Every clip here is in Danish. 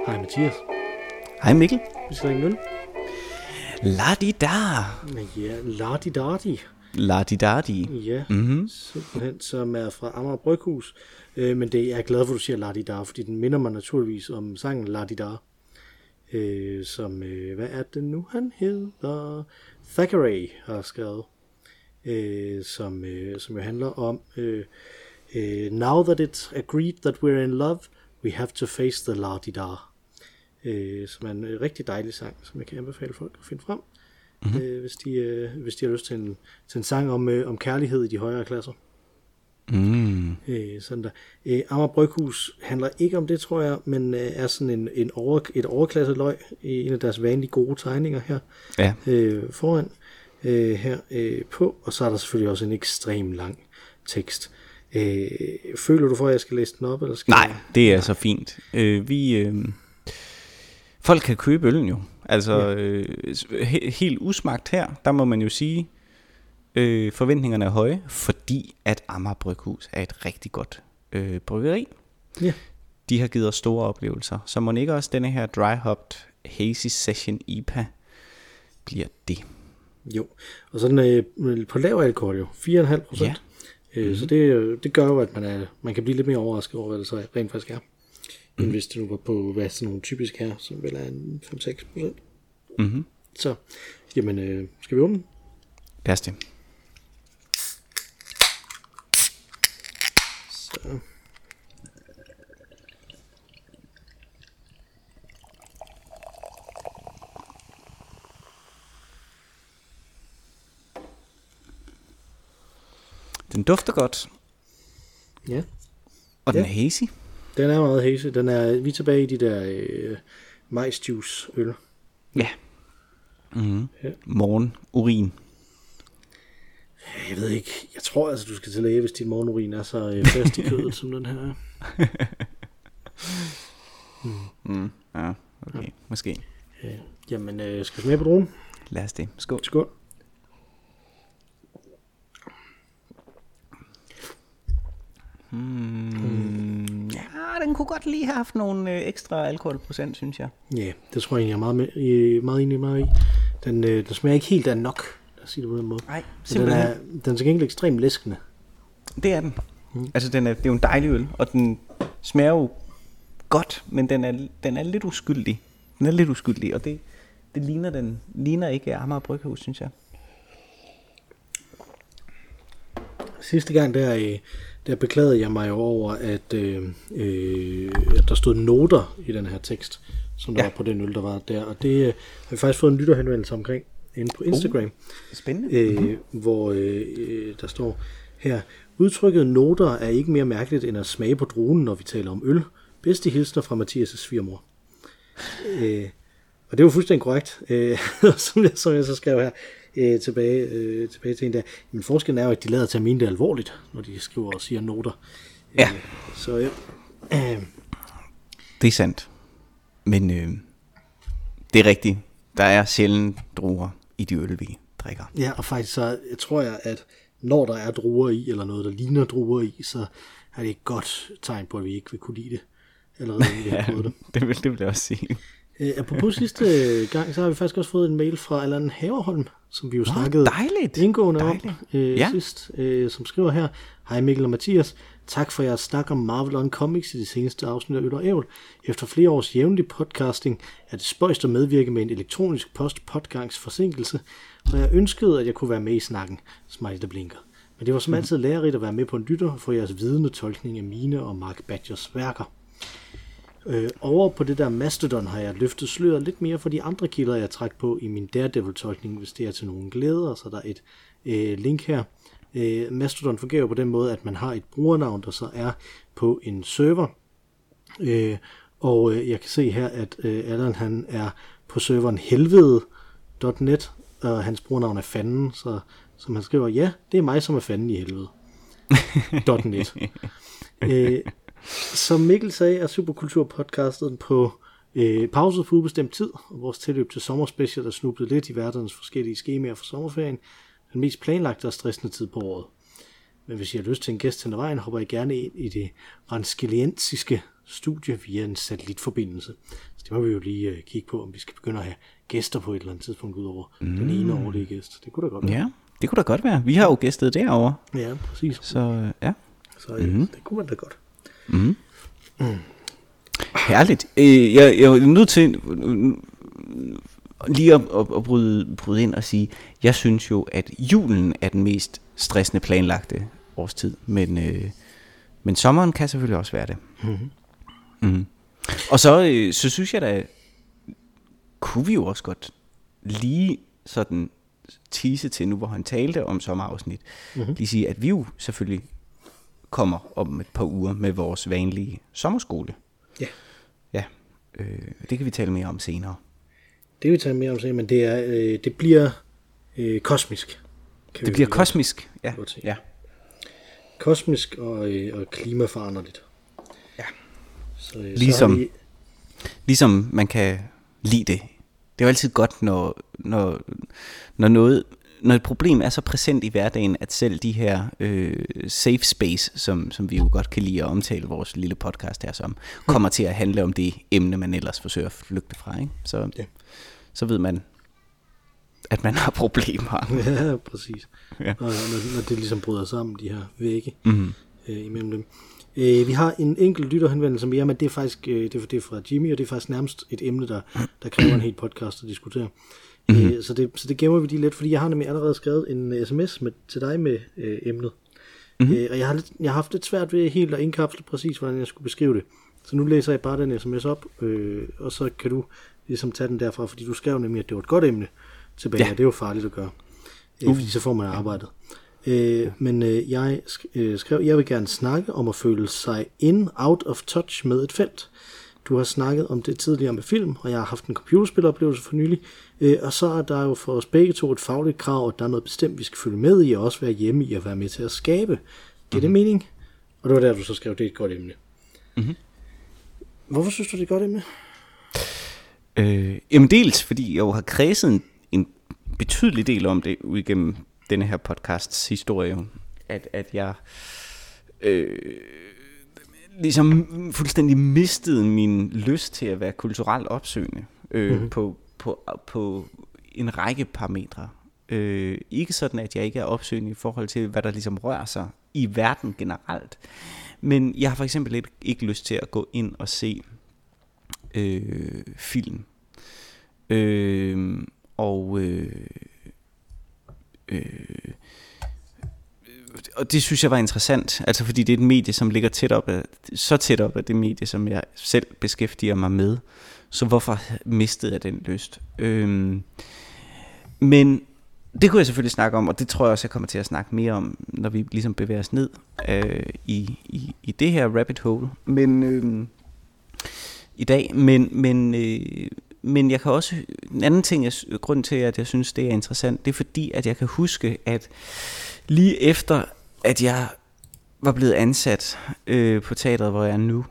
Hej Mathias. Hej Mikkel. Vi skal drikke en øl. La-di-da. Ja, la-di-da-di. La-di-da-di. Ja, simpelthen, som er fra Amager Bryghus. Men det er jeg glad for, at du siger la-di-da, fordi den minder mig naturligvis om sangen La-di-da. Som, hvad er det nu, han hedder? Thackeray har skrevet. Som jo handler om now that it's agreed that we're in love, we have to face the la-di-da. Som er en rigtig dejlig sang, som jeg kan anbefale folk at finde frem, hvis de har lyst til en sang om kærlighed i de højere klasser. Sådan der. Amager Bryghus handler ikke om det, tror jeg, men er sådan et overklasseløg i en af deres vanlige gode tegninger her foran her på, og så er der selvfølgelig også en ekstrem lang tekst. Føler du for, at jeg skal læse den op? Eller skal Nej, det er så fint. Folk kan købe øllen jo. Altså, helt usmagt her, der må man jo sige, forventningerne er høje, fordi at Amager Bryghus er et rigtig godt bryggeri. Ja. De har givet os store oplevelser, så må ikke også denne her dry-hopped Hazy Session IPA bliver det. Jo, og sådan på lav alkohol jo, 4,5%. Ja. Så det gør jo, at man kan blive lidt mere overrasket over, hvad det så rent faktisk er. Men hvis det nu var på, hvad sådan nogle typisk her, som vel er en 5-6%. Så, jamen, skal vi åbne? Pas det. Så. Den dufter godt. Ja. Og den er hazy. Den er meget hazy. Vi er tilbage i de der majsjuice øl. Ja. Ja. Morgenurin. Jeg ved ikke. Jeg tror altså, du skal til læge, hvis din morgenurin er så fast i kødet, som den her. Ja, okay. Ja. Måske. Jamen, skal vi smage på druen? Lad os det. Skål. Skål. Ja, den kunne godt lige have haft nogle ekstra alkoholprocent, synes jeg. Ja, det tror jeg egentlig, jeg er meget enig i. Den smager ikke helt af nok, at sige det på den måde. Nej, simpelthen. Den er til gengæld ekstremt læskende. Det er den. Altså, det er jo en dejlig øl, og den smager jo godt, men den er lidt uskyldig. Den er lidt uskyldig, og det ligner ikke Amager Bryghus, synes jeg. Sidste gang, der beklagede jeg mig over, at der stod noter i den her tekst, som der var på den øl, der var der. Og det har vi faktisk fået en lytterhenvendelse omkring inde på Instagram. Spændende. Hvor der står her: udtrykket noter er ikke mere mærkeligt end at smage på druen, når vi taler om øl. Bedste hilsner fra Mathias' svigermor. Og det var fuldstændig korrekt, som jeg så skrev her. Tilbage til en der. Men forskellen er jo, at de lader til at mene det alvorligt, når de skriver og siger noter. Ja. Så ja. Det er sandt. Men det er rigtigt. Der er sjældent druer i de øl, vi drikker. Ja, og faktisk så tror jeg, at når der er druer i, eller noget, der ligner druer i, så er det et godt tegn på, at vi ikke vil kunne lide det. Allerede, det vil jeg også sige. Apropos sidste gang, så har vi faktisk også fået en mail fra Allan Haverholm, som vi jo snakkede indgående om sidst, som skriver her: hej Mikkel og Mathias, tak for jeres snak om Marvel on Comics i de seneste afsnit af Øl og Ævl. Efter flere års jævnlig podcasting er det spøjst at medvirke med en elektronisk post-podgangs forsinkelse, og jeg ønskede, at jeg kunne være med i snakken, smiley der blinker. Men det var som altid lærerigt at være med på en lytter og få jeres vidende tolkning af mine og Mark Badgers værker. Over på det der Mastodon har jeg løftet sløret lidt mere for de andre kilder, jeg trak på i min Daredevil-tolkning, hvis det er til nogen glæde, og så er der et link her. Mastodon fungerer på den måde, at man har et brugernavn, der så er på en server, og jeg kan se her, at Allan han er på serveren helvede.net, og hans brugernavn er fanden, så som han skriver, ja, det er mig, som er fanden i helvede. .net. Som Mikkel sagde, er Superkultur-podcastet på pause på ubestemt tid, og vores tilløb til sommerspecial er snuppet lidt i hverdagens forskellige skemaer for sommerferien, den mest planlagte og stressende tid på året. Men hvis I har lyst til en gæst hen ad vejen, hopper I gerne ind i det ranskeliensiske studie via en satellitforbindelse. Så det må vi jo lige kigge på, om vi skal begynde at have gæster på et eller andet tidspunkt, udover den ene årlige gæst. Det kunne da godt være. Ja, det kunne da godt være. Vi har jo gæstet derovre. Ja, præcis. Så ja. Så det kunne man da godt. Herligt. Jeg er nødt til lige at bryde ind og sige, jeg synes jo, at julen er den mest stressende planlagte årstid, men sommeren kan selvfølgelig også være det. Og så synes jeg da, kunne vi jo også godt lige sådan tease til nu, hvor han talte om sommerafsnit, lige sige, at vi jo selvfølgelig kommer om et par uger med vores vanlige sommerskole. Ja, det kan vi tale mere om senere. Det vi taler mere om senere, men det bliver kosmisk. Det bliver kosmisk, ja. Kosmisk og klimaforanderligt. Ja. Så ligesom man kan lide det. Det er jo altid godt, når et problem er så præsent i hverdagen, at selv de her safe space, som vi jo godt kan lide at omtale vores lille podcast her som, kommer til at handle om det emne, man ellers forsøger at flygte fra, ikke? Så ved man, at man har problemer. Ja, præcis. Ja. Og når det ligesom bryder sammen, de her vægge imellem dem. Vi har en enkelt lytterhenvendelse mere, men det er faktisk det er fra Jimmy, og det er faktisk nærmest et emne, der kræver en helt podcast at diskutere. Så det gemmer vi lige lidt, fordi jeg har nemlig allerede skrevet en sms til dig med emnet. Og jeg har haft lidt svært ved helt at indkapsle præcis, hvordan jeg skulle beskrive det. Så nu læser jeg bare den sms op, og så kan du ligesom tage den derfra, fordi du skrev nemlig, at det var et godt emne tilbage, og det er jo farligt at gøre, fordi så får man arbejdet. Men jeg skrev, jeg vil gerne snakke om at føle sig out of touch med et felt. Du har snakket om det tidligere med film, og jeg har haft en computerspiloplevelse for nylig, og så er der jo for os begge to et fagligt krav, at der er noget bestemt, vi skal følge med i, og også være hjemme i at være med til at skabe. Giver det mening? Og det var der, du så skrev, det er et godt emne. Hvorfor synes du, det er et godt emne? Jamen dels, fordi jeg jo har kredset en betydelig del om det ud igennem denne her podcasts historie, at jeg ligesom fuldstændig mistede min lyst til at være kulturelt opsøgende på en række parametre. Ikke sådan, at jeg ikke er opsøgende i forhold til, hvad der ligesom rører sig i verden generelt, men jeg har for eksempel ikke lyst til at gå ind og se film. Og det synes jeg var interessant, altså fordi det er et medie, som ligger så tæt op af det medie, som jeg selv beskæftiger mig med. Så hvorfor mistede jeg den lyst? Men det kunne jeg selvfølgelig snakke om, og det tror jeg også, jeg kommer til at snakke mere om, når vi ligesom bevæger os ned i det her rabbit hole. Men i dag, men jeg kan også, en anden ting, grund til, at jeg synes, det er interessant, det er fordi, at jeg kan huske, at lige efter, at jeg var blevet ansat på teatret, hvor jeg er nu,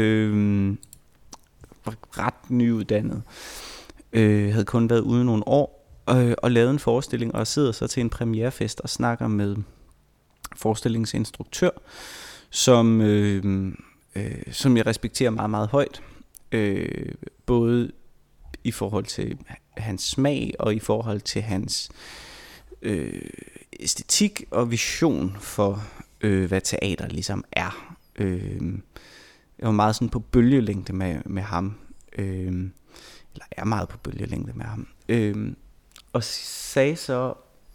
var ret nyuddannet, havde kun været ude nogle år, og lavet en forestilling, og sidder så til en premierefest og snakker med forestillingsinstruktør, som jeg respekterer meget, meget højt, både i forhold til hans smag og i forhold til hans æstetik og vision for hvad teater ligesom er. Jeg var meget sådan på bølgelængde med ham, eller er meget på bølgelængde med ham, og sagde så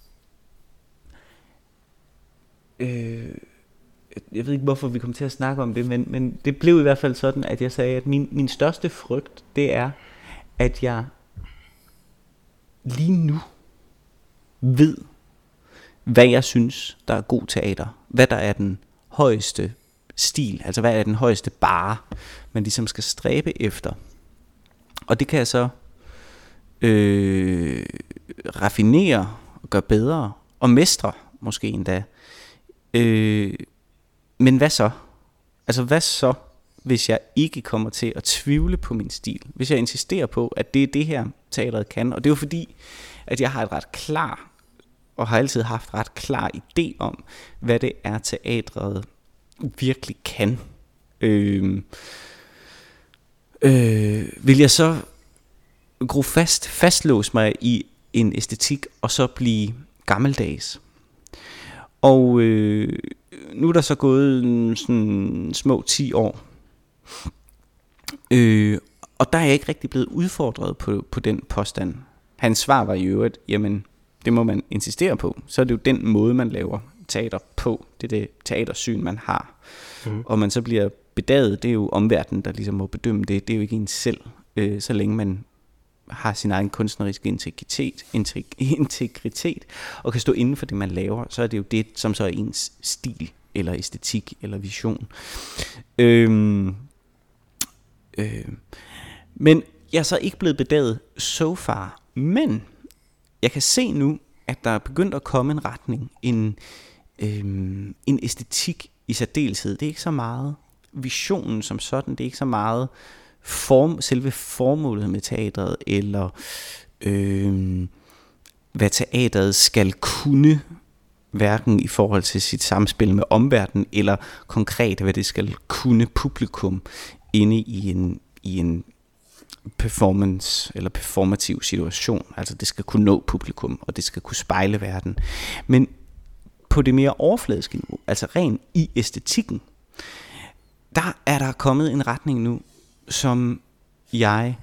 jeg ved ikke hvorfor vi kom til at snakke om det, men det blev i hvert fald sådan, at jeg sagde, at min største frygt, det er, at jeg lige nu ved, hvad jeg synes, der er god teater. Hvad der er den højeste stil, altså hvad er den højeste barre, man ligesom skal stræbe efter. Og det kan jeg så raffinere og gøre bedre, og mestre måske endda. Men hvad så? Altså hvad så, hvis jeg ikke kommer til at tvivle på min stil? Hvis jeg insisterer på, at det er det her teateret kan. Og det er jo fordi, at jeg har et ret klar, og har altid haft ret klar idé om, hvad det er teatret virkelig kan. vil jeg så fastlåse mig i en æstetik, og så blive gammeldags. Og nu er der så gået sådan små 10 år, og der er jeg ikke rigtig blevet udfordret på den påstand. Hans svar var i øvrigt, jamen det må man insistere på, så er det jo den måde man laver teater på, det er det teatersyn man har. Og man så bliver bedaget, det er jo omverdenen der ligesom må bedømme det, det er jo ikke en selv, så længe man har sin egen kunstneriske integritet og kan stå inden for det man laver, så er det jo det som så er ens stil eller æstetik eller vision. Men jeg er så ikke blevet bedaget so far, men jeg kan se nu, at der er begyndt at komme en retning, en æstetik i særdeleshed. Det er ikke så meget visionen som sådan, det er ikke så meget selve formålet med teatret, eller hvad teatret skal kunne, hverken i forhold til sit samspil med omverdenen, eller konkret, hvad det skal kunne publikum inde i en performance eller performativ situation. Altså det skal kunne nå publikum, og det skal kunne spejle verden. Men på det mere overfladiske niveau, altså ren i æstetikken, der er der kommet en retning nu, som jeg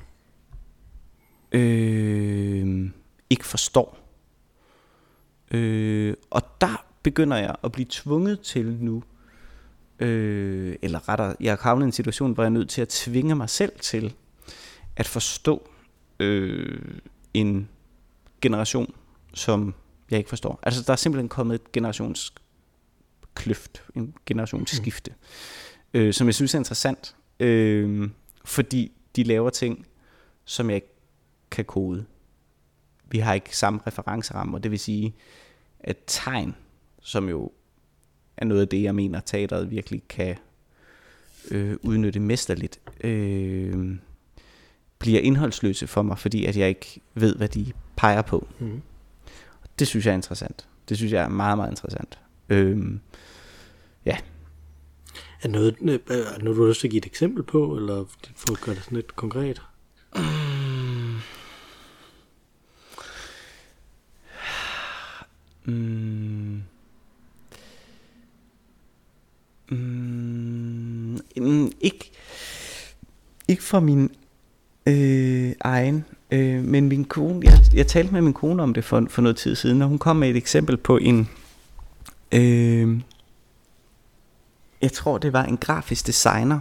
ikke forstår. Og der begynder jeg at blive tvunget til nu, eller rettere, jeg er havnet i en situation, hvor jeg er nødt til at tvinge mig selv til at forstå en generation, som jeg ikke forstår. Altså der er simpelthen kommet et generationskløft, en generationsskifte, som jeg synes er interessant, fordi de laver ting, som jeg ikke kan kode. Vi har ikke samme referencerammer, det vil sige, at tegn, som jo er noget af det, jeg mener, teateret virkelig kan udnytte mesterligt, bliver indholdsløse for mig, fordi at jeg ikke ved, hvad de peger på. Det synes jeg er interessant. Det synes jeg er meget, meget interessant. Ja. Er noget, du har lyst til at give et eksempel på, eller for at gøre det sådan lidt konkret? Ikke for min egen, men min kone, jeg talte med min kone om det for noget tid siden, og hun kom med et eksempel på en, jeg tror det var en grafisk designer,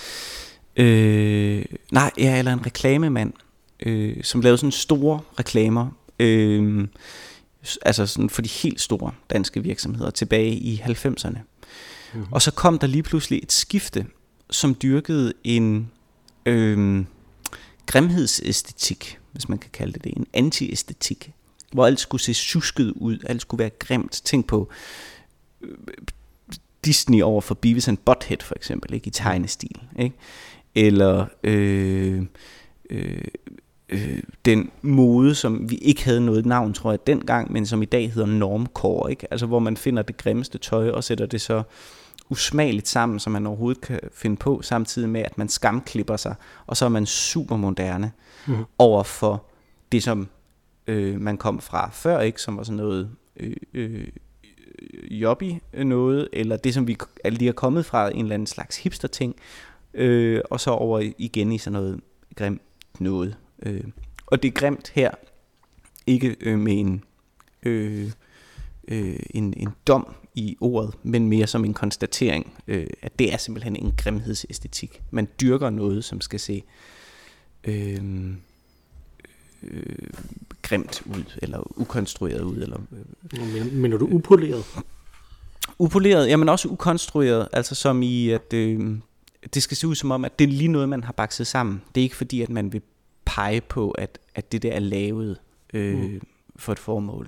eller en reklamemand, som lavede sådan store reklamer, altså sådan for de helt store danske virksomheder tilbage i 90'erne. Og så kom der lige pludselig et skifte, som dyrkede en grimhedsæstetik, hvis man kan kalde det, en anti-æstetik, hvor alt skulle se sjusket ud, alt skulle være grimt. Tænk på Disney over for Beavis and Butthead for eksempel, ikke, i tegnestil, ikke? Eller den mode, som vi ikke havde noget navn, tror jeg, dengang, men som i dag hedder normcore, ikke? Altså hvor man finder det grimmeste tøj og sætter det så usmageligt sammen, som man overhovedet kan finde på, samtidig med, at man skamklipper sig, og så er man super moderne over for det, som man kom fra før, ikke, som var sådan noget jobby noget, eller det, som vi alle de er kommet fra, en eller anden slags hipster-ting, og så over igen i sådan noget grimt noget. Og det er grimt her, ikke med en dom i ordet, men mere som en konstatering, at det er simpelthen en grimhedsæstetik. Man dyrker noget, som skal se grimt ud, eller ukonstrueret ud. Eller, mener du upoleret? Upoleret, ja, men også ukonstrueret, altså som i, at det skal se ud som om, at det er lige noget, man har bakset sammen. Det er ikke fordi, at man vil pege på, at det der er lavet for et formål.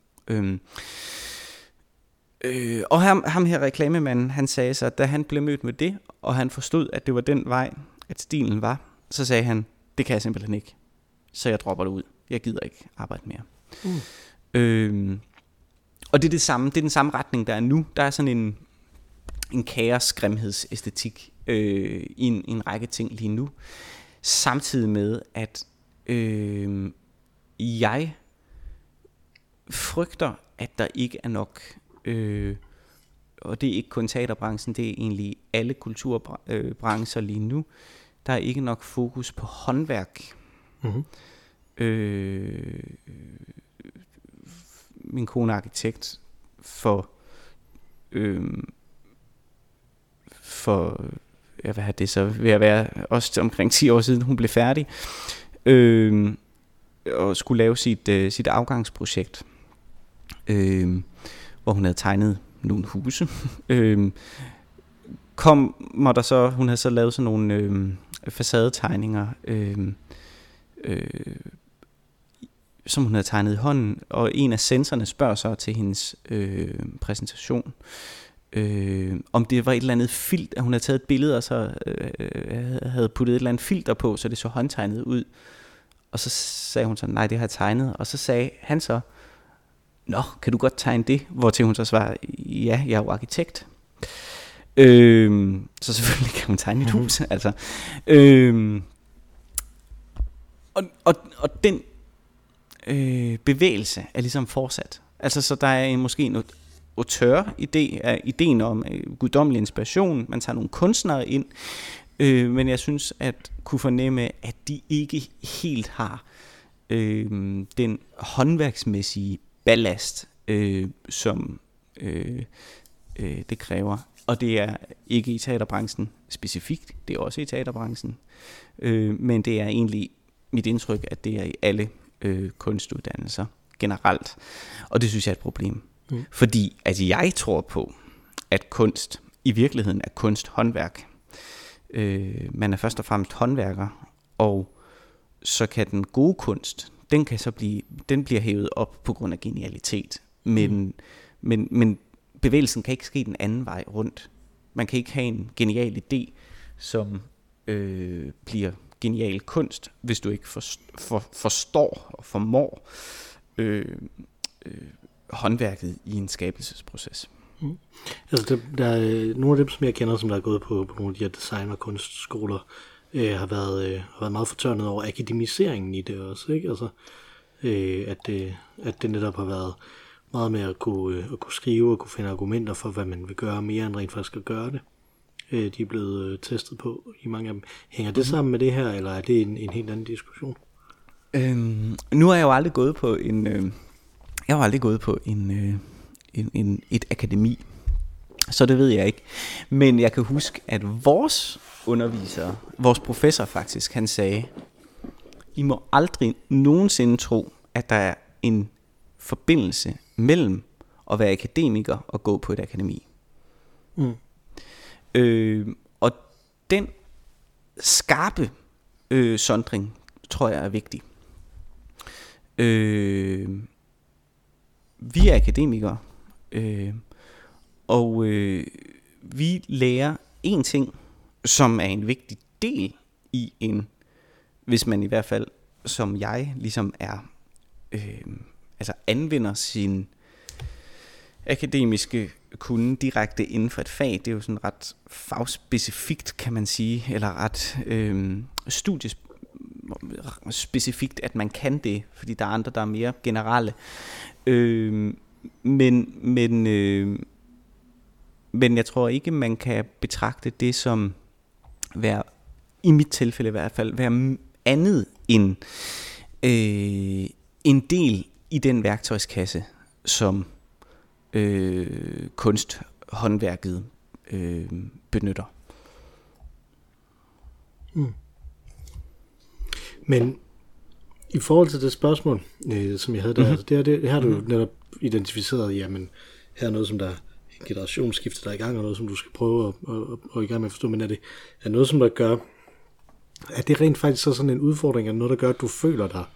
Og ham her reklamemanden, han sagde så, at da han blev mødt med det, og han forstod, at det var den vej, at stilen var, så sagde han, det kan jeg simpelthen ikke, så jeg dropper det ud. Jeg gider ikke arbejde mere. Og det er det samme, det er den samme retning, der er nu. Der er sådan en kaos-grimhedsæstetik i en række ting lige nu, samtidig med, at jeg frygter, at der ikke er nok, og det er ikke kun teaterbranchen, det er egentlig alle kulturbrancher lige nu, der er ikke nok fokus på håndværk. Mm-hmm. Min kone er arkitekt for hvad er det så, ved at være også omkring 10 år siden, hun blev færdig, og skulle lave sit afgangsprojekt, hvor hun havde tegnet nogle huse. Kommer der så, hun havde så lavet sådan nogle facadetegninger, som hun havde tegnet i hånden, og en af sensorerne spørger så til hendes præsentation, om det var et eller andet filter, hun havde taget et billede, og så havde puttet et eller andet filter på, så det så håndtegnet ud. Og så sagde hun så, nej, det har jeg tegnet. Og så sagde han så, nå, kan du godt tegne det? Hvortil hun så svarede, ja, jeg er jo arkitekt. Så selvfølgelig kan hun tegne et hus. Altså. Og den bevægelse er ligesom fortsat. Altså, så der er måske en ideen om guddommelig inspiration. Man tager nogle kunstnere ind, men jeg synes at kunne fornemme, at de ikke helt har den håndværksmæssige ballast, som det kræver. Og det er ikke i teaterbranchen specifikt, det er også i teaterbranchen, men det er egentlig mit indtryk, at det er i alle kunstuddannelser generelt, og det synes jeg er et problem. Fordi at jeg tror på, at kunst i virkeligheden er kunsthåndværk. Man er først og fremmest håndværker, og så kan den gode kunst, den bliver hævet op på grund af genialitet. Men bevægelsen kan ikke ske den anden vej rundt. Man kan ikke have en genial idé, som bliver genial kunst, hvis du ikke forstår og formår håndværket i en skabelsesproces. Altså der er nogle af dem, som jeg kender, som der er gået på nogle af de her design- og kunstskoler, har været meget fortørnet over akademiseringen i det også, ikke? Altså, at det netop har været meget med at kunne skrive og kunne finde argumenter for, hvad man vil gøre mere end rent faktisk at gøre det. De er blevet testet på i mange af dem. Hænger det sammen med det her, eller er det en helt anden diskussion? Nu har jeg jo aldrig gået på et akademi, så det ved jeg ikke. Men jeg kan huske, at vores undervisere, vores professor faktisk, han sagde, I må aldrig nogensinde tro, at der er en forbindelse mellem at være akademiker og gå på et akademi. Og den skarpe sondring, tror jeg er vigtig. Vi er akademikere, og vi lærer en ting, som er en vigtig del i hvis man i hvert fald, som jeg, ligesom er, anvender sin akademiske kunde direkte inden for et fag. Det er jo sådan ret fagspecifikt, kan man sige, eller ret studiespecifikt, at man kan det, fordi der er andre, der er mere generelle. Men jeg tror ikke, man kan betragte det som være, i mit tilfælde i hvert fald, være andet end en del i den værktøjskasse, som kunsthåndværket benytter. Men i forhold til det spørgsmål, som jeg havde der, altså det har du netop identificeret, jamen her er noget, som der er en generationsskifte, der er i gang, og noget, som du skal prøve at i gang med at forstå, men er noget, som der gør, at det rent faktisk så sådan en udfordring, er noget, der gør, at du føler dig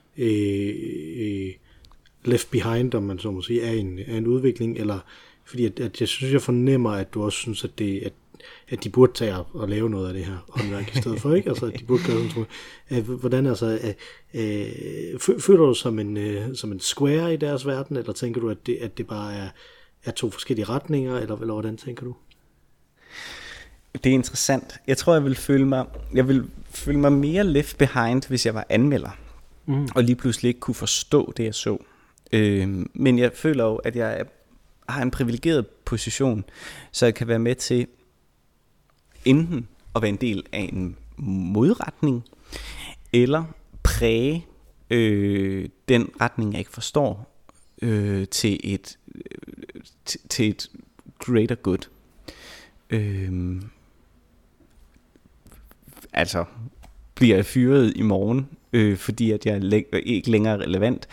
left behind, om man så må sige, er en udvikling, eller fordi at jeg synes, jeg fornemmer, at du også synes, at de burde tage og lave noget af det her håndværk i stedet for, ikke? Altså, at de burde gøre sådan noget. Hvordan altså, føler du som en square i deres verden, eller tænker du, at det bare er to forskellige retninger, eller hvordan tænker du? Det er interessant. Jeg tror, jeg vil føle mig mere left behind, hvis jeg var anmelder, og lige pludselig ikke kunne forstå det, jeg så. Men jeg føler jo, at jeg har en privilegeret position, så jeg kan være med til enten at være en del af en modretning, eller præge den retning, jeg ikke forstår, til et greater good. Altså bliver jeg fyret i morgen, fordi at jeg ikke længere er relevant,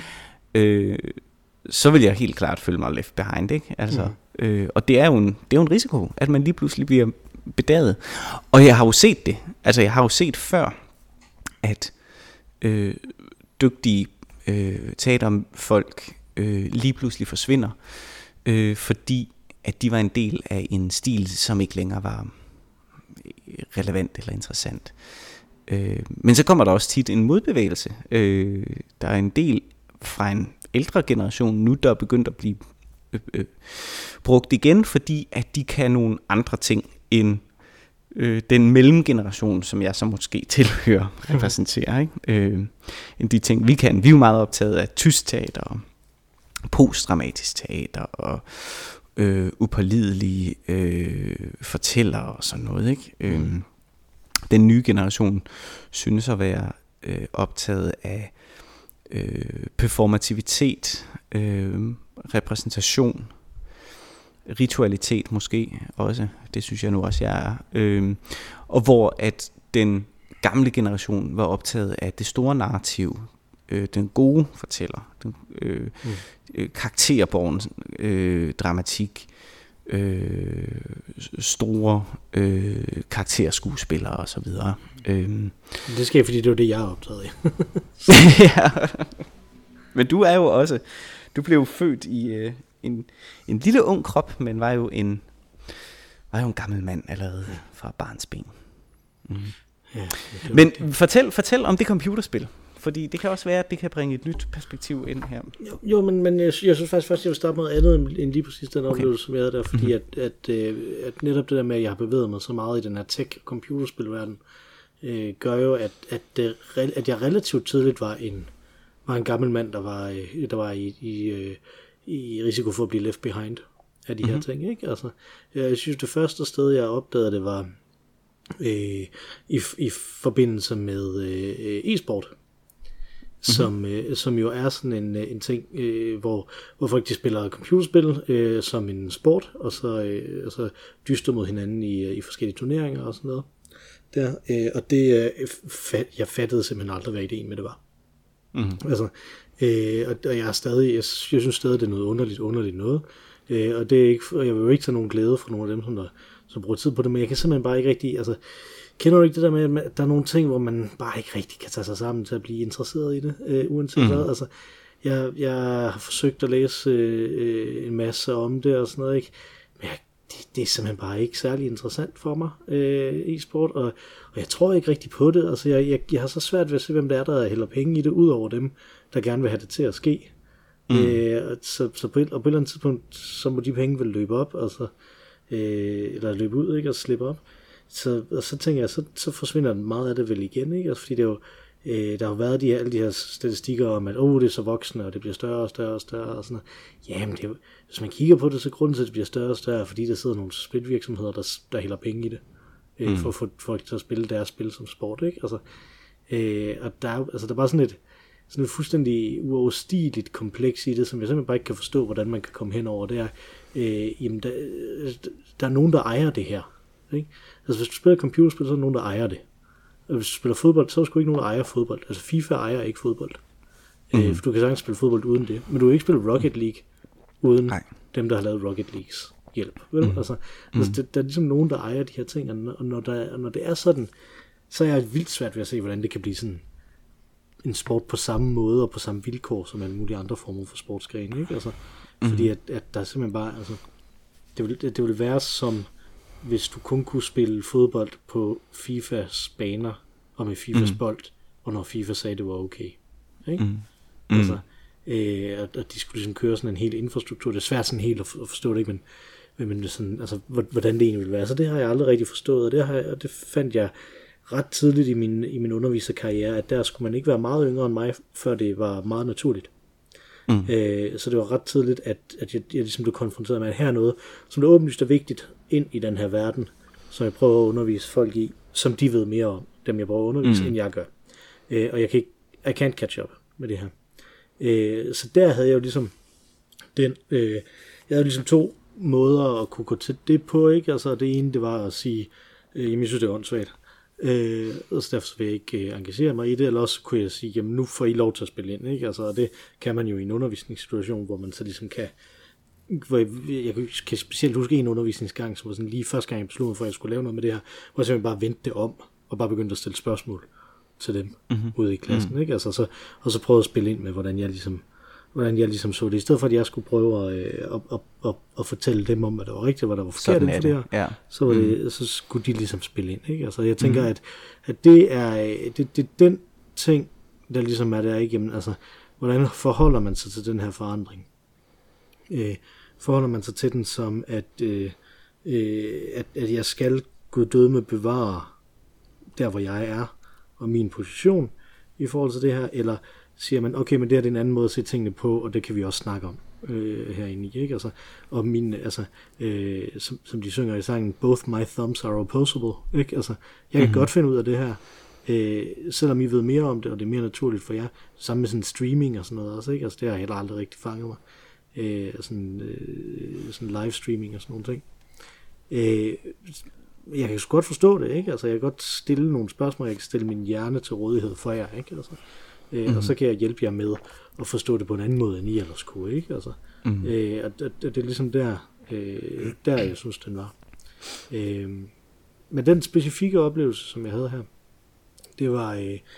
så vil jeg helt klart føle mig left behind, ikke? Altså, og det er jo en risiko, at man lige pludselig bliver bedaget. Og jeg har jo set det. Altså jeg har jo set før, at dygtige teaterfolk lige pludselig forsvinder, fordi at de var en del af en stil, som ikke længere var relevant eller interessant. Men så kommer der også tit en modbevægelse. Der er en del fra en ældre generation nu, der er begyndt at blive brugt igen, fordi at de kan nogle andre ting end den mellemgeneration, som jeg så måske tilhører, repræsenterer, ikke? End de ting, vi kan. Vi er jo meget optaget af tysk teater, og postdramatisk teater, og upålidelige fortællere og sådan noget, ikke? Den nye generation synes at være optaget af performativitet, repræsentation, ritualitet måske også. Det synes jeg nu også, jeg er. Og hvor at den gamle generation var optaget af det store narrativ, den gode fortæller, den karakterborgen dramatik, store karakterskuespillere og så videre. Det sker, fordi det var det, jeg er optaget af. Ja. Men du er jo også, du blev født i en lille ung krop, men var jo en gammel mand allerede fra barnsben. Ja, men fortæl om det computerspil. Fordi det kan også være, at det kan bringe et nyt perspektiv ind her. Jo, men jeg synes faktisk først, jeg vil starte med andet end lige præcis den oplevelse, som jeg havde der. Fordi at netop det der med, at jeg har bevæget mig så meget i den her tech-computerspilverden, gør jo, at jeg relativt tidligt var en gammel mand, der var i risiko for at blive left behind af de her ting. Ikke? Altså, jeg synes, det første sted, jeg opdagede det, var i forbindelse med e-sport. Som jo er sådan en ting, hvor folk de spiller computerspil som en sport, og så dyster mod hinanden i forskellige turneringer og sådan noget. Der, og det jeg fattede simpelthen aldrig, hvad ideen med det var. Altså, og jeg synes stadig, det er noget underligt noget. Og det er ikke, og jeg vil jo ikke tage nogen glæde fra nogle af dem, som bruger tid på det, men jeg kan simpelthen bare ikke rigtig, altså, kender du ikke det der med, at der er nogle ting, hvor man bare ikke rigtig kan tage sig sammen til at blive interesseret i det, uanset hvad? Altså, jeg har forsøgt at læse en masse om det og sådan noget, ikke? Men det er simpelthen bare ikke særlig interessant for mig, e-sport, og jeg tror ikke rigtig på det. Altså, jeg har så svært ved at se, hvem der er, der hælder penge i det, ud over dem, der gerne vil have det til at ske. Så på et eller andet tidspunkt, så må de penge vel løbe op, altså, eller løbe ud, ikke, og slippe op. Så tænker jeg, så forsvinder meget af det vel igen, ikke? Altså, fordi det er jo, der har været alle de her statistikker om, at det er så voksende, og det bliver større og større og større, og sådan noget. Jamen, det er jo, hvis man kigger på det, så grunden til, at det bliver større og større, fordi der sidder nogle splitvirksomheder, der hælder penge i det, for at få folk til at spille deres spil som sport, ikke? Altså, og der er bare sådan et fuldstændig uoverstigeligt kompleks i det, som jeg simpelthen bare ikke kan forstå, hvordan man kan komme hen over. Det er, jamen, der er nogen, der ejer det her, ikke? Altså, hvis du spiller computerspil, så er der nogen, der ejer det. Og hvis du spiller fodbold, så er der sgu ikke nogen, der ejer fodbold. Altså, FIFA ejer ikke fodbold. For du kan sagtens spille fodbold uden det. Men du kan ikke spille Rocket League uden dem, der har lavet Rocket Leagues hjælp. Vel? Altså, der er ligesom nogen, der ejer de her ting, og når det er sådan, så er jeg vildt svært ved at se, hvordan det kan blive sådan en sport på samme måde og på samme vilkår som alle mulige andre former for sportsgrene, ikke? Altså, fordi at der er simpelthen bare, altså, det vil være som hvis du kun kunne spille fodbold på FIFAs baner og med FIFAs bold, og når FIFA sagde, det var okay. Ikke? Altså, og de skulle ligesom køre sådan en hel infrastruktur. Det er svært sådan helt at forstå det, ikke? men sådan, altså, hvordan det egentlig ville være. Så det har jeg aldrig rigtig forstået, og det fandt jeg ret tidligt i min underviserkarriere, at der skulle man ikke være meget yngre end mig, før det var meget naturligt. Så det var ret tidligt, at jeg ligesom blev konfronteret med, at her er noget, som det åbenlyst er vigtigt ind i den her verden, som jeg prøver at undervise folk i, som de ved mere om, dem jeg prøver at undervise, end jeg gør. Og I can't catch up med det her. Så der havde jeg jo ligesom jeg havde ligesom 2 måder at kunne gå til det på, ikke? Altså det ene, det var at sige, jamen jeg synes, det er åndssvagt. Og så derfor vil jeg ikke engagere mig i det, eller også kunne jeg sige, jamen nu får I lov til at spille ind, ikke? Altså det kan man jo i en undervisningssituation, hvor man så ligesom kan, hvor jeg kan specielt huske en undervisningsgang, som var sådan lige første gang jeg besluttede for, at jeg skulle lave noget med det her, hvor jeg simpelthen bare vendte det om, og bare begyndte at stille spørgsmål til dem ude i klassen, ikke? Altså og så prøvede at spille ind med, hvordan jeg ligesom så det, i stedet for at jeg skulle prøve at fortælle dem om, hvad der var rigtigt, hvad der var forkert inden for det her, så skulle de ligesom spille ind, ikke? Altså jeg tænker, at det er den ting, der ligesom er der, ikke? Jamen, altså, hvordan forholder man sig til den her forandring? Forholder man sig til den som, at jeg skal guddødme bevare der, hvor jeg er, og min position i forhold til det her, eller siger man, okay, men det er en anden måde at se tingene på, og det kan vi også snakke om herinde i, ikke? Altså, og som de synger i sangen, both my thumbs are opposable, ikke? Altså, jeg kan godt finde ud af det her, selvom I ved mere om det, og det er mere naturligt for jer, sammen med sådan streaming og sådan noget også, ikke? Altså, det har heller aldrig rigtig fanget mig. Sådan live streaming og sådan nogle ting. Jeg kan godt forstå det, ikke? Altså, jeg kan godt stille nogle spørgsmål, jeg kan stille min hjerne til rådighed for jer, ikke? Altså, og så kan jeg hjælpe jer med at forstå det på en anden måde, end I ellers kunne, ikke? Altså, og det er ligesom der jeg synes, den var. Men den specifikke oplevelse, som jeg havde her, det var,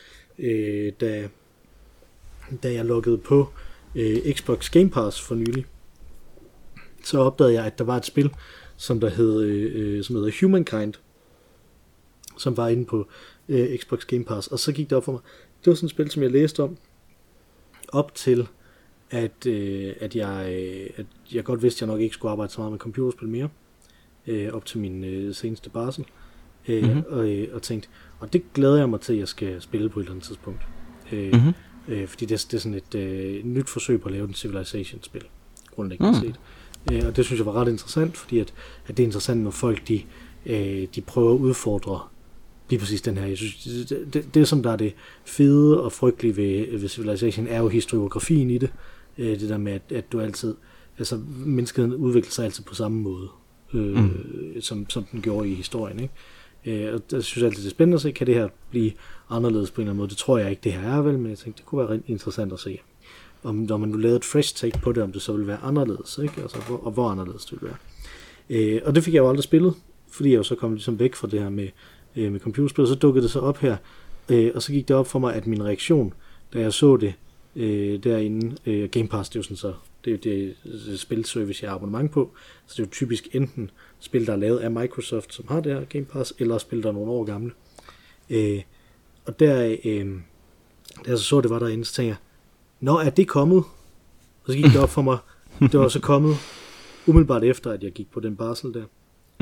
da jeg loggede på Xbox Game Pass for nylig, så opdagede jeg, at der var et spil, som hedder Humankind, som var inde på Xbox Game Pass, og så gik det op for mig. Det var sådan et spil, som jeg læste om, op til, at jeg godt vidste, at jeg nok ikke skulle arbejde så meget med computerspil mere, op til min seneste barsel, og tænkte, og det glæder jeg mig til, at jeg skal spille på et eller andet tidspunkt. Fordi det er sådan et nyt forsøg på at lave en Civilization-spil, grundlæggende set. Og det synes jeg var ret interessant, fordi at det er interessant, når folk de prøver at udfordre lige præcis den her. Jeg synes, det som der er det fede og frygtelige ved Civilization, er jo historiografien i det. Det der med, at du altid, altså menneskeheden udvikler sig altid på samme måde, som den gjorde i historien, ikke? Og jeg synes altid, det er spændende at se, kan det her blive anderledes på en eller anden måde. Det tror jeg ikke, det her er vel, men jeg tænkte, det kunne være interessant at se. Når man nu lavede et fresh take på det, om det så ville være anderledes, ikke? Altså, hvor anderledes det ville være. Og det fik jeg jo aldrig spillet, fordi jeg jo så kom ligesom væk fra det her med computerspil, så dukkede det så op her, og så gik det op for mig, at min reaktion, da jeg så det derinde, Game Pass, det er jo sådan så, det er spilservice, jeg har abonnement på, så det er jo typisk enten spil, der er lavet af Microsoft, som har det her Game Pass, eller spil, der er nogle år gamle. Og da jeg så det var derinde, så tænkte jeg, nå, er det kommet? Og så gik det op for mig, det var så kommet umiddelbart efter, at jeg gik på den barsel der.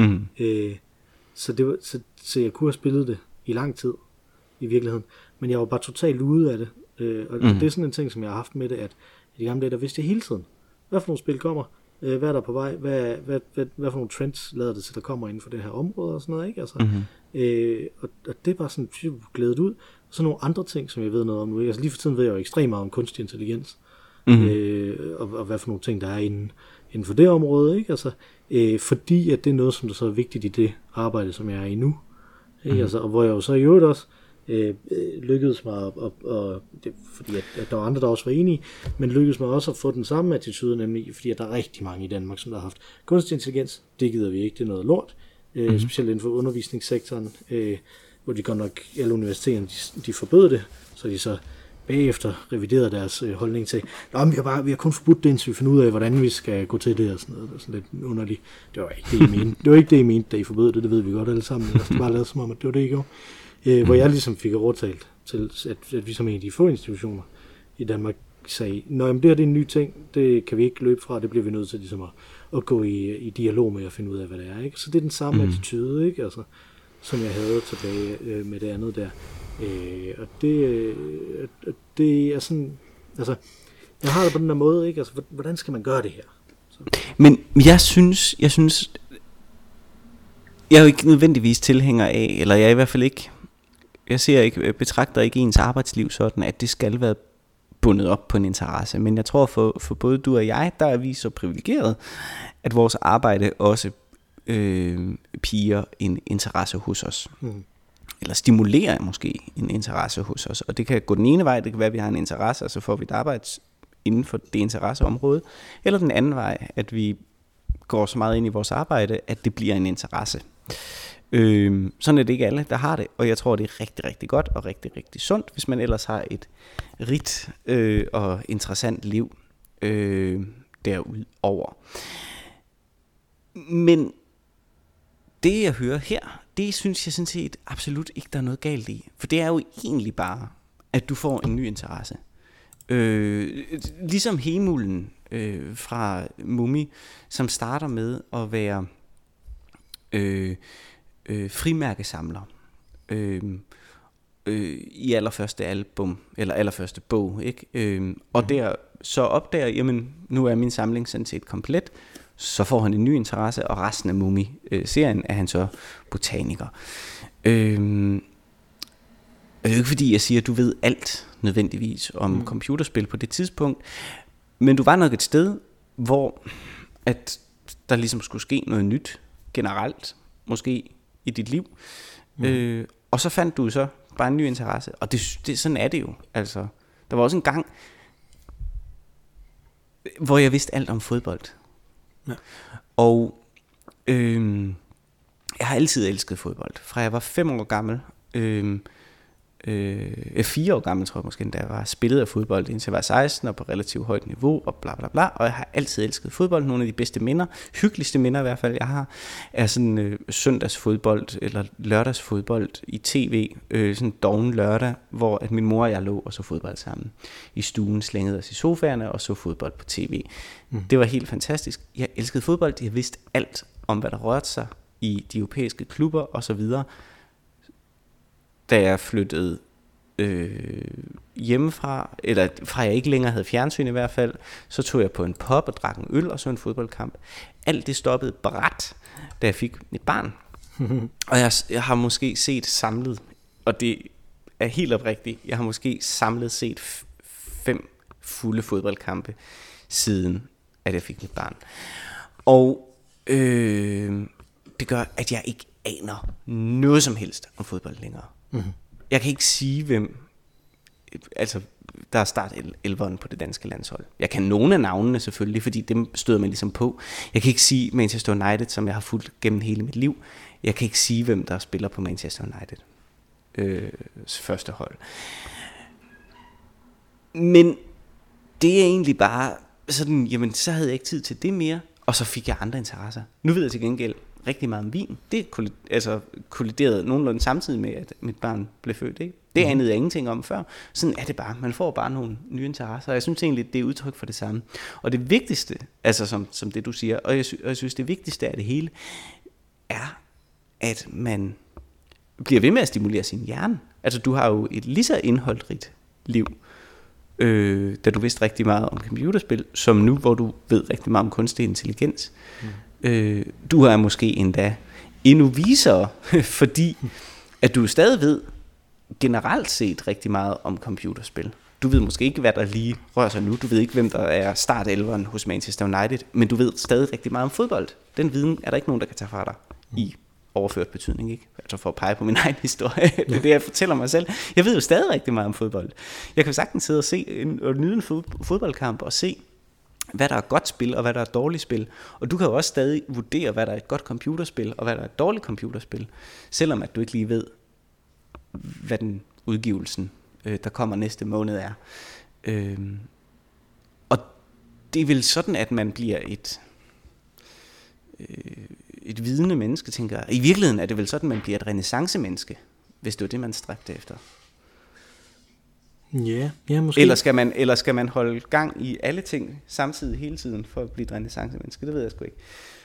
Så jeg kunne have spillet det i lang tid, i virkeligheden. Men jeg var bare totalt ude af det. Og det er sådan en ting, som jeg har haft med det, at i de gamle dage, der vidste jeg hele tiden, hvad for nogle spil kommer, hvad er der på vej, hvad for nogle trends lader det til, der kommer inden for det her område og sådan noget, ikke? Altså, og det er bare sådan glædet ud. Og så nogle andre ting, som jeg ved noget om nu. Altså lige for tiden ved jeg jo ekstremt meget om kunstig intelligens, og hvad for nogle ting, der er inden for det område, ikke? Altså, fordi at det er noget, som der så er vigtigt i det arbejde, som jeg er i nu. Altså, og hvor jeg jo så i øvrigt også lykkedes mig, og det, fordi at der var andre, der også var enige, men lykkedes mig også at få den samme attitude, nemlig fordi at der er rigtig mange i Danmark, som der har haft kunstig intelligens. Det gider vi ikke, det er noget lort, specielt inden for undervisningssektoren, hvor de godt nok, alle universiteterne, de forbød det, så de så bagefter reviderede deres holdning til, men vi har kun forbudt det, indtil vi finder ud af, hvordan vi skal gå til det, og sådan noget. Det er sådan lidt underligt. Det var ikke det, I mente. Det var ikke det, I mente, da I forbød det. Det ved vi godt alle sammen. Det bare lavet som om, at det var det, I gjorde. Hvor jeg ligesom fik overtalt til, at vi som en af de få institutioner i Danmark sagde, jamen det her det er en ny ting, det kan vi ikke løbe fra, det bliver vi nødt til ligesom at gå i dialog med at finde ud af, hvad det er. Ikke? Så det er den samme attitude, ikke? Altså, som jeg havde tilbage med det andet der. Og det er sådan, altså, jeg har det på den der måde, ikke? Altså, hvordan skal man gøre det her? Så. Men jeg synes, jeg er jo ikke nødvendigvis tilhænger af, eller jeg er i hvert fald ikke, betragter ikke ens arbejdsliv sådan, at det skal være bundet op på en interesse. Men jeg tror for både du og jeg, der er vi så privilegeret, at vores arbejde også piger en interesse hos os. Eller stimulerer måske en interesse hos os. Og det kan gå den ene vej, det kan være, at vi har en interesse, og så får vi et arbejde inden for det interesseområde. Eller den anden vej, at vi går så meget ind i vores arbejde, at det bliver en interesse. Sådan er det ikke alle, der har det, og jeg tror, det er rigtig, rigtig godt og rigtig, rigtig sundt, hvis man ellers har et rigt og interessant liv derudover. Men det, jeg hører her, det synes jeg sådan set absolut ikke, der er noget galt i. For det er jo egentlig bare, at du får en ny interesse. Ligesom Hemulen fra Mummi, som starter med at være frimærkesamler i allerførste album, eller allerførste bog, ikke? Og der så opdager, jamen nu er min samling sådan set komplet, så får han en ny interesse, og resten af Mummi-serien er han så botaniker. Det er jo ikke fordi jeg siger, at du ved alt nødvendigvis om computerspil på det tidspunkt, men du var nok et sted, hvor at der ligesom skulle ske noget nyt generelt, måske i dit liv, og så fandt du så bare en ny interesse, og det sådan er det jo. Altså, der var også en gang, hvor jeg vidste alt om fodbold. Ja. Og jeg har altid elsket fodbold. Fra jeg var 5 år gammel, 4 år gammel tror jeg måske, da jeg var spillet af fodbold, indtil jeg var 16 og på relativt højt niveau og bla bla bla. Og jeg har altid elsket fodbold. Nogle af de bedste minder, hyggeligste minder i hvert fald, jeg har, er sådan søndagsfodbold eller lørdagsfodbold i tv, sådan doven lørdag, hvor at min mor og jeg lå og så fodbold sammen i stuen, slængede os i sofaerne og så fodbold på tv. Det var helt fantastisk. Jeg elskede fodbold. Jeg vidste alt om, hvad der rørte sig i de europæiske klubber og så videre. Da jeg flyttede hjemmefra, eller fra jeg ikke længere havde fjernsyn i hvert fald, så tog jeg på en pub og drak en øl og så en fodboldkamp. Alt det stoppede brat, da jeg fik mit barn. Og jeg har måske set samlet, og det er helt oprigtigt, jeg har måske samlet set 5 fulde fodboldkampe, siden at jeg fik mit barn. Og det gør, at jeg ikke aner noget som helst om fodbold længere. Jeg kan ikke sige, hvem altså der er start 11'eren på det danske landshold. Jeg kan nogle af navnene selvfølgelig, fordi dem støder man ligesom på. Jeg kan ikke sige Manchester United, som jeg har fulgt gennem hele mit liv. Jeg kan ikke sige, hvem der spiller på Manchester United første hold. Men det er egentlig bare sådan, jamen så havde jeg ikke tid til det mere, og så fik jeg andre interesser. Nu ved jeg til gengæld rigtig meget om vin. Det kolliderede nogenlunde samtidig med, at mit barn blev født. Ikke? Det anede jeg ingenting om før. Sådan er det bare. Man får bare nogle nye interesser, og jeg synes egentlig, det er udtryk for det samme. Og det vigtigste, altså som det du siger, og jeg synes det vigtigste af det hele, er, at man bliver ved med at stimulere sin hjerne. Altså du har jo et lige så indholdsrigt liv, da du vidste rigtig meget om computerspil, som nu, hvor du ved rigtig meget om kunstig intelligens. Du er måske endda endnu visere, fordi at du stadig ved generelt set rigtig meget om computerspil. Du ved måske ikke, hvad der lige rører sig nu. Du ved ikke, hvem der er start 11'eren hos Manchester United, men du ved stadig rigtig meget om fodbold. Den viden er der ikke nogen, der kan tage fra dig i overført betydning, ikke? Altså for at pege på min egen historie. Det er det, jeg fortæller mig selv. Jeg ved jo stadig rigtig meget om fodbold. Jeg kan sagtens sidde og se og nyde en fodboldkamp og se, hvad der er godt spil, og hvad der er dårligt spil. Og du kan jo også stadig vurdere, hvad der er et godt computerspil, og hvad der er et dårligt computerspil, selvom at du ikke lige ved, hvad den udgivelsen, der kommer næste måned er. Og det er vel sådan, at man bliver et vidende menneske, tænker jeg. I virkeligheden er det vel sådan, at man bliver et renæssancemenneske, hvis det er det, man stræbte efter. Ja, måske. Eller skal man holde gang i alle ting samtidig hele tiden for at blive et renæssancemenneske? Det ved jeg sgu ikke.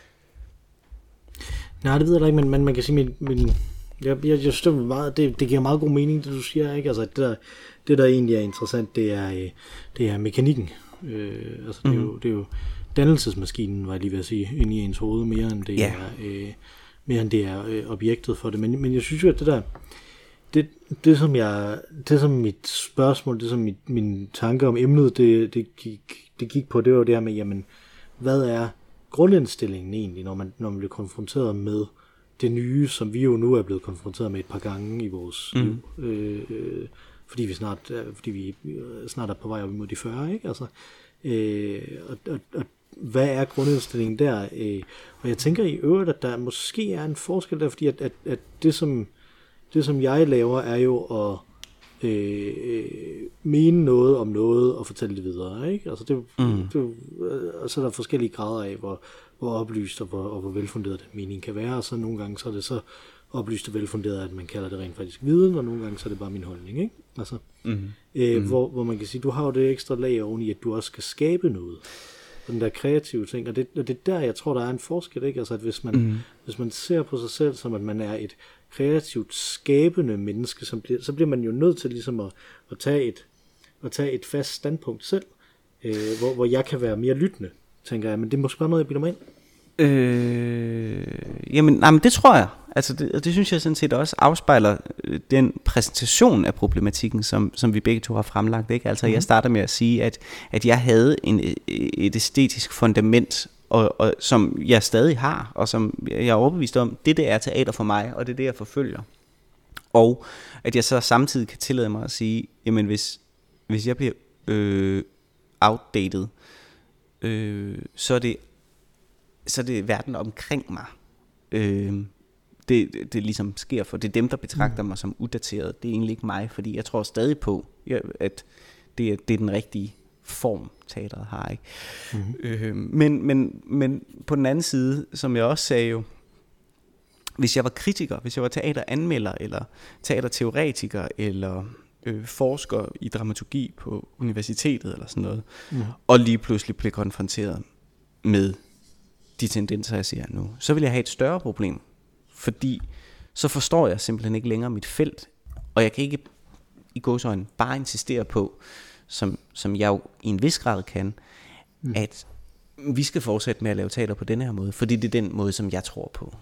Nej, det ved jeg ikke, men man kan sige, jeg synes, det giver meget god mening, det du siger, ikke? Altså, det der egentlig er interessant, det er mekanikken. Det er jo dannelsesmaskinen, var jeg lige ved at sige, inde i ens hoved, mere end det er objektet for det. Men jeg synes jo, at det som mit spørgsmål, det som min tanke om emnet, det gik på, det var jo det her med, jamen, hvad er grundindstillingen egentlig, når man bliver konfronteret med det nye, som vi jo nu er blevet konfronteret med et par gange i vores liv, fordi vi snart er på vej op imod de 40, ikke? Altså, og hvad er grundindstillingen der? Og jeg tænker i øvrigt, at der måske er en forskel der, fordi at det som jeg laver, er jo at mene noget om noget og fortælle det videre, ikke? Altså og så er der forskellige grader af, hvor oplyst og hvor velfunderet den mening kan være, og så nogle gange så er det så oplyst og velfunderet, at man kalder det rent faktisk viden, og nogle gange så er det bare min holdning, ikke? Altså, hvor man kan sige, du har jo det ekstra lag oveni, at du også skal skabe noget. Den der kreative ting, og det er der, jeg tror, der er en forskel, ikke? Altså, at hvis man ser på sig selv, som at man er et kreativt skabende menneske, så bliver man jo nødt til ligesom at tage et fast standpunkt selv, hvor jeg kan være mere lyttende, tænker jeg, men det er måske bare noget, jeg bilder mig ind. Jamen det tror jeg. Altså det synes jeg sådan set også afspejler den præsentation af problematikken, som vi begge to har fremlagt, ikke? Altså jeg starter med at sige, at jeg havde et æstetisk fundament, og som jeg stadig har, og som jeg er overbevist om, det er teater for mig, og det er det, jeg forfølger. Og at jeg så samtidig kan tillade mig at sige, jamen hvis jeg bliver outdated, så er det verden omkring mig, det ligesom sker for. Det er dem, der betragter mig som uddateret. Det er egentlig ikke mig, fordi jeg tror stadig på, at det er den rigtige form, teateret har, ikke? Men på den anden side, som jeg også sagde jo, hvis jeg var kritiker, hvis jeg var teateranmelder, eller teaterteoretiker, eller forsker i dramaturgi på universitetet, eller sådan noget, og lige pludselig blev konfronteret med de tendenser, jeg ser nu, så vil jeg have et større problem, fordi så forstår jeg simpelthen ikke længere mit felt, og jeg kan ikke i gåseøjne bare insistere på, som jeg jo i en vis grad kan, at vi skal fortsætte med at lave teater på den her måde, fordi det er den måde, som jeg tror på.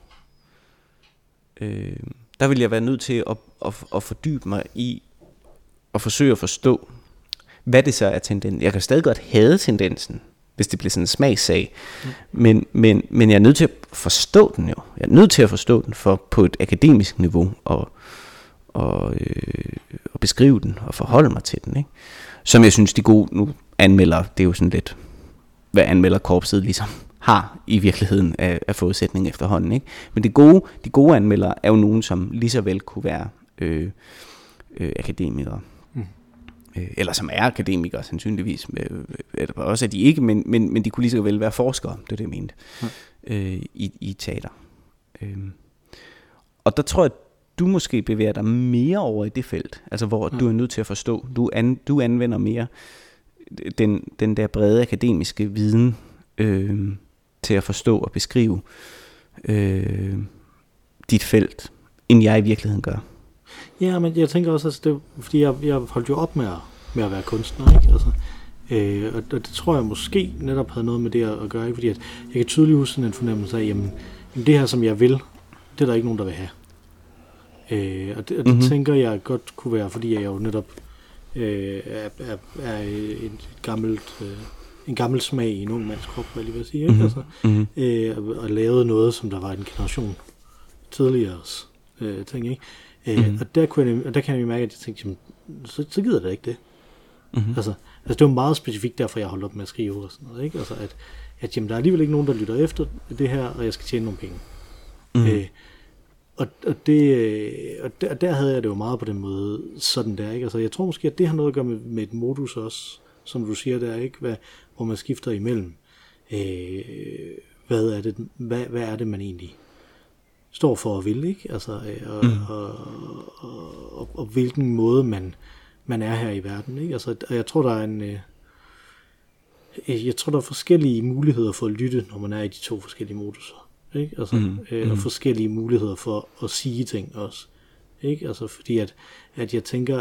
Der vil jeg være nødt til at fordybe mig i og forsøge at forstå, hvad det så er tendensen. Jeg kan stadig godt hade tendensen, hvis det bliver sådan en smagssag, men jeg er nødt til at forstå den jo. Jeg er nødt til at forstå den på et akademisk niveau og beskrive den og forholde mig til den, ikke? Som jeg synes de gode nu anmelder, det er jo sådan lidt hvad anmelderkorpset ligesom har i virkeligheden af forudsætning efterhånden, ikke? Men de gode anmeldere er jo nogen, som lige så vel kunne være akademikere. Eller som er akademikere sandsynligvis, eller også er de ikke, men de kunne lige så vel være forskere, det er det jeg mente, i teater. Og der tror jeg, at du måske bevæger dig mere over i det felt, altså hvor du er nødt til at forstå, du anvender mere den der brede akademiske viden til at forstå og beskrive dit felt, end jeg i virkeligheden gør. Ja, men jeg tænker også, altså det, fordi jeg holdt jo op med at være kunstner, ikke? Altså, og det tror jeg måske netop havde noget med det at gøre, ikke? Fordi at jeg kan tydeligt huske sådan en fornemmelse af, jamen det her, som jeg vil, det er der ikke nogen, der vil have. Og det tænker jeg godt kunne være, fordi jeg jo netop er en gammel smag i en ung mands krop, hvad jeg lige vil sige, ikke? Altså, og lavede noget, som der var en generation tidligere ting, ikke? Og der kan jeg jo mærke, at jeg tænkte, jamen, så gider jeg da ikke det. Altså det var meget specifikt derfor, jeg holdt op med at skrive og sådan noget, ikke? Altså at jamen, der er alligevel ikke nogen, der lytter efter det her, og jeg skal tjene nogle penge. Og der havde jeg det jo meget på den måde, sådan der, ikke? Altså jeg tror måske, at det har noget at gøre med et modus også, som du siger der, ikke? Hvor man skifter imellem. Hvad er det, man egentlig står for at vil, ikke? Altså, og hvilken måde man man er her i verden, ikke? Altså, jeg tror, der er forskellige muligheder for at lytte, når man er i de to forskellige moduser, ikke? Altså, og forskellige muligheder for at sige ting også, ikke? Altså, fordi at jeg tænker,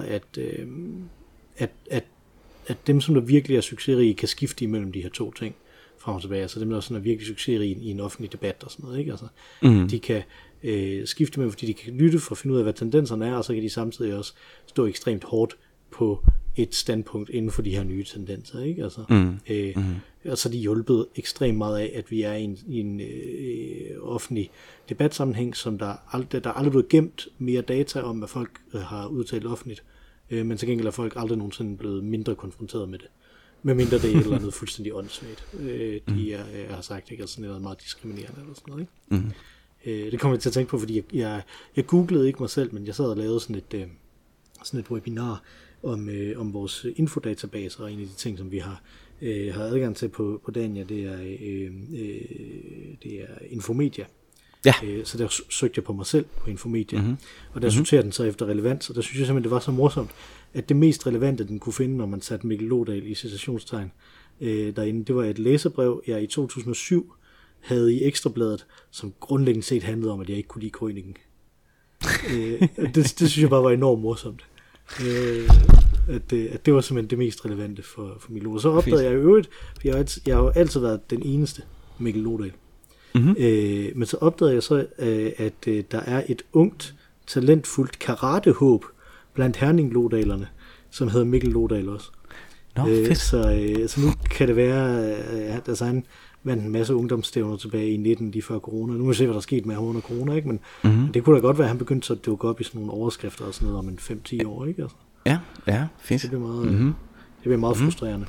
at dem, som der virkelig er succesrige, kan skifte imellem de her to ting frem og tilbage. Altså dem, der sådan er virkelig succesrige i en offentlig debat og sådan noget, ikke? Altså, de kan skifte med, fordi de kan lytte for at finde ud af, hvad tendenserne er, og så kan de samtidig også stå ekstremt hårdt på et standpunkt inden for de her nye tendenser, ikke? Altså, og så er de hjulpet ekstremt meget af, at vi er i en offentlig debatsammenhæng, som der er aldrig blevet gemt mere data om, hvad folk har udtalt offentligt, men til gengæld er folk aldrig nogensinde blevet mindre konfronteret med det. Medmindre det er et eller andet fuldstændig åndssvagt. De har sagt, ikke? Altså sådan noget meget diskriminerende eller sådan noget, ikke? Det kommer jeg til at tænke på, fordi jeg googlede ikke mig selv, men jeg sad og lavede sådan et webinar om vores infodatabaser, og en af de ting, som vi har adgang til på Dania, det er Infomedia. Ja. Så der søgte jeg på mig selv på Infomedia, og der sorterede den så efter relevans, og der synes jeg simpelthen, det var så morsomt, at det mest relevante, den kunne finde, når man satte Mikkel Lodal i citationstegn derinde, det var et læserbrev, jeg i 2007 havde i Ekstrabladet, som grundlæggende set handlede om, at jeg ikke kunne lide krøniken. Det synes jeg bare var enormt morsomt. At det var simpelthen det mest relevante for Mikkel Lodal. Så opdagede jeg i øvrigt, for jeg har jo altid været den eneste Mikkel Lodal. Men så opdagede jeg så, at der er et ungt, talentfuldt karatehåb blandt Herning-lodalerne, som hedder Mikkel Lodal også. Så nu kan det være, at der er vandt en masse ungdomsstævner tilbage i 19 lige før corona. Nu må vi se, hvad der er sket med ham under corona, ikke? Men det kunne da godt være, at han begyndte så at dukke op i sådan nogle overskrifter og sådan noget om en 5-10 år, ikke? Altså. Ja, fedt. Det bliver meget frustrerende.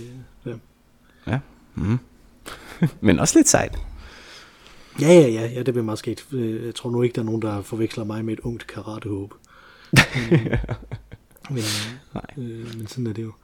Men også lidt sejt. Ja, det bliver meget sket. Jeg tror nu ikke, der er nogen, der forveksler mig med et ungt karatehåb. Men sådan er det jo.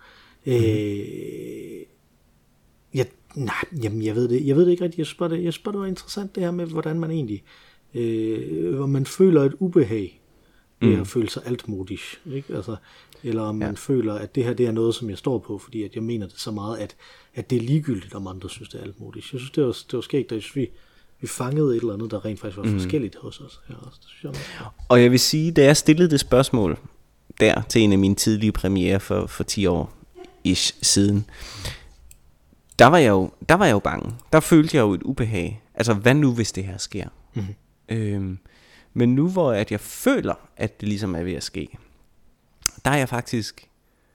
Jeg ved det ikke rigtigt. Jeg synes bare, det var interessant det her med, hvordan man egentlig, hvor man føler et ubehag ved at føle sig altmodig, ikke? Altså, eller om man føler, at det her det er noget, som jeg står på, fordi at jeg mener det så meget, at det er ligegyldigt, om andre synes, det er altmodig. Jeg synes, det var skægt, at vi fangede et eller andet, der rent faktisk var forskelligt hos os. Ja, det synes jeg. Og jeg vil sige, da jeg stillede det spørgsmål der til en af mine tidlige premiere for 10 år siden, der var jeg jo bange. Der følte jeg jo et ubehag. Altså, hvad nu, hvis det her sker? Men nu, hvor at jeg føler, at det ligesom er ved at ske, der er jeg faktisk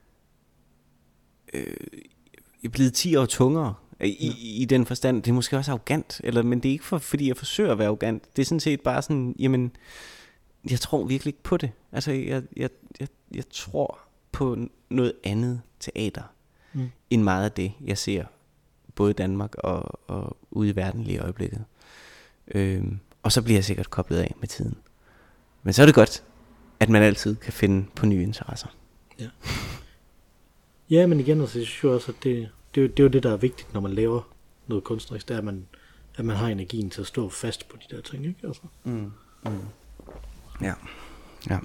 blevet 10 år tungere. I den forstand, det er måske også arrogant, men det er ikke fordi jeg forsøger at være arrogant. Det er sådan set bare sådan, jamen, jeg tror virkelig ikke på det. Altså, jeg tror på noget andet teater, end meget af det, jeg ser, både i Danmark og ude i verden lige i øjeblikket. Og så bliver jeg sikkert koblet af med tiden. Men så er det godt, at man altid kan finde på nye interesser. Ja, men igen, altså, jeg synes jo også, at det er jo det, der er vigtigt, når man laver noget kunstnerisk, det er, at man har energien til at stå fast på de der ting, ikke? Altså. Ja.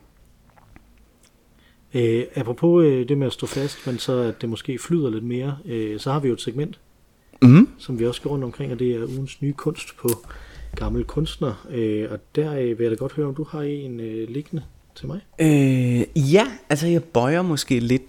Apropos det med at stå fast, men så at det måske flyder lidt mere, så har vi jo et segment, som vi også går rundt omkring, og det er ugens nye kunst på Gammel Kunstner. Og der vil jeg da godt høre, om du har en liggende til mig. Ja, altså jeg bøjer måske lidt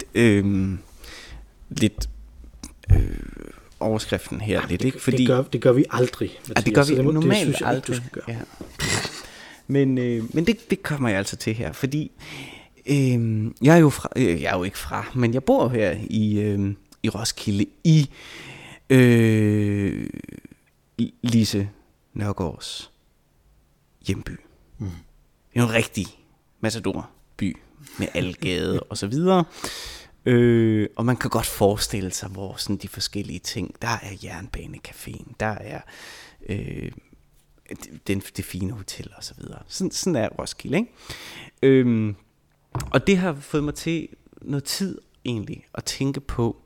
overskriften her lidt, ikke? Fordi det gør vi aldrig, Mathias. Det gør vi normalt det aldrig. Ikke, du skal gøre. Men det kommer jeg altså til her, fordi jeg er jo ikke fra, men jeg bor her i Roskilde i Lise Nørgaards hjemby. Det er en rigtig matador by med Algade og så videre. Og man kan godt forestille sig, hvor sådan de forskellige ting, der er Jernbanecaféen, der er det fine hotel og så videre. Sådan er Roskilde, ikke? Og det har fået mig til noget tid egentlig at tænke på,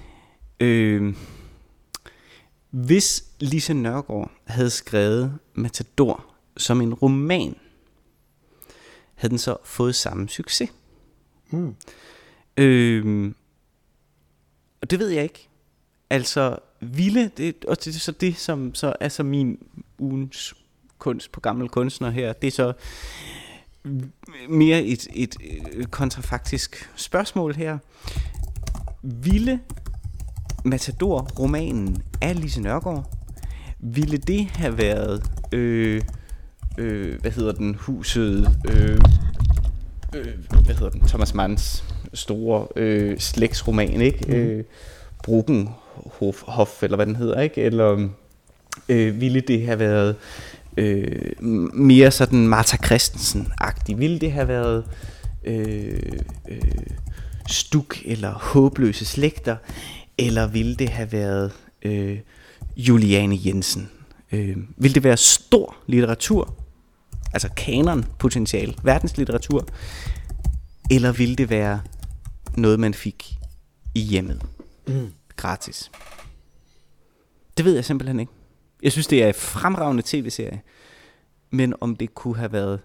hvis Lise Nørgaard havde skrevet Matador som en roman, havde den så fået samme succes? Og det ved jeg ikke. Altså, Ville, og det er så det, som så er så min ugens kunst på Gammel Kunstner her, det er så mere et kontrafaktisk spørgsmål her. Ville Matador-romanen af Lise Nørgaard, ville det have været huset Thomas Manns store slægtsroman, ikke? Bruggenhof, eller hvad den hedder, ikke? Eller ville det have været mere sådan Martha Christensen-agtig? Ville det have været Stuk eller Håbløse slægter? Eller ville det have været Juliane Jensen? Ville det være stor litteratur, altså kanonpotentiale, verdenslitteratur? Eller ville det være noget, man fik i hjemmet gratis? Det ved jeg simpelthen ikke. Jeg synes, det er en fremragende tv-serie, men om det kunne have været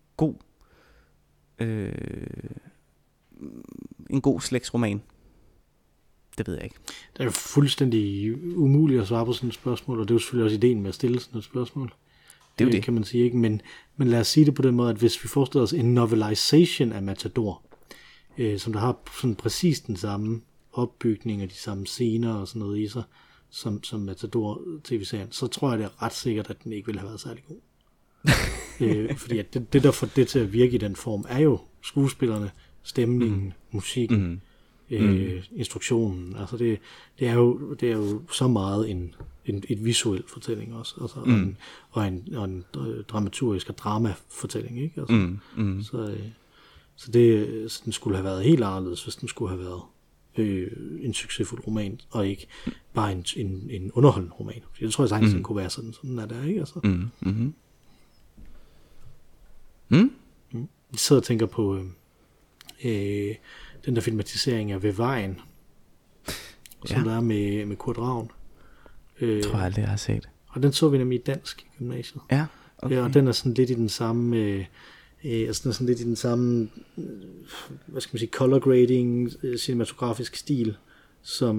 en god slægtsroman, det ved jeg ikke. Det er jo fuldstændig umuligt at svare på sådan et spørgsmål, og det er jo selvfølgelig også ideen med at stille sådan et spørgsmål. Det er jo det. Kan man sige, ikke? Men lad os sige det på den måde, at hvis vi forestiller os en novelization af Matador, som der har sådan præcis den samme opbygning og de samme scener og sådan noget i sig, som Matador tv-serien, så tror jeg, det er ret sikkert, at den ikke ville have været særlig god. Fordi at det, der får det til at virke i den form, er jo skuespillerne, stemningen, musikken, instruktionen. Altså det er jo så meget et visuel fortælling også, altså, og en dramaturgisk og dramafortælling, ikke? Altså, så den skulle have været helt anderledes, hvis den skulle have været en succesfuld roman, og ikke bare en underholdende roman. Fordi det tror jeg sagtens, den kunne være sådan er der, ikke? Altså. Jeg sidder og tænker på den der filmatisering af Ved Vejen, som der er med Kurt Ravn. Tror jeg aldrig, jeg har set. Og den så vi nemlig i dansk gymnasiet. Ja, okay. Og den er sådan lidt i den samme sådan lidt i den samme, hvad skal man sige, color grading, cinematografisk stil, som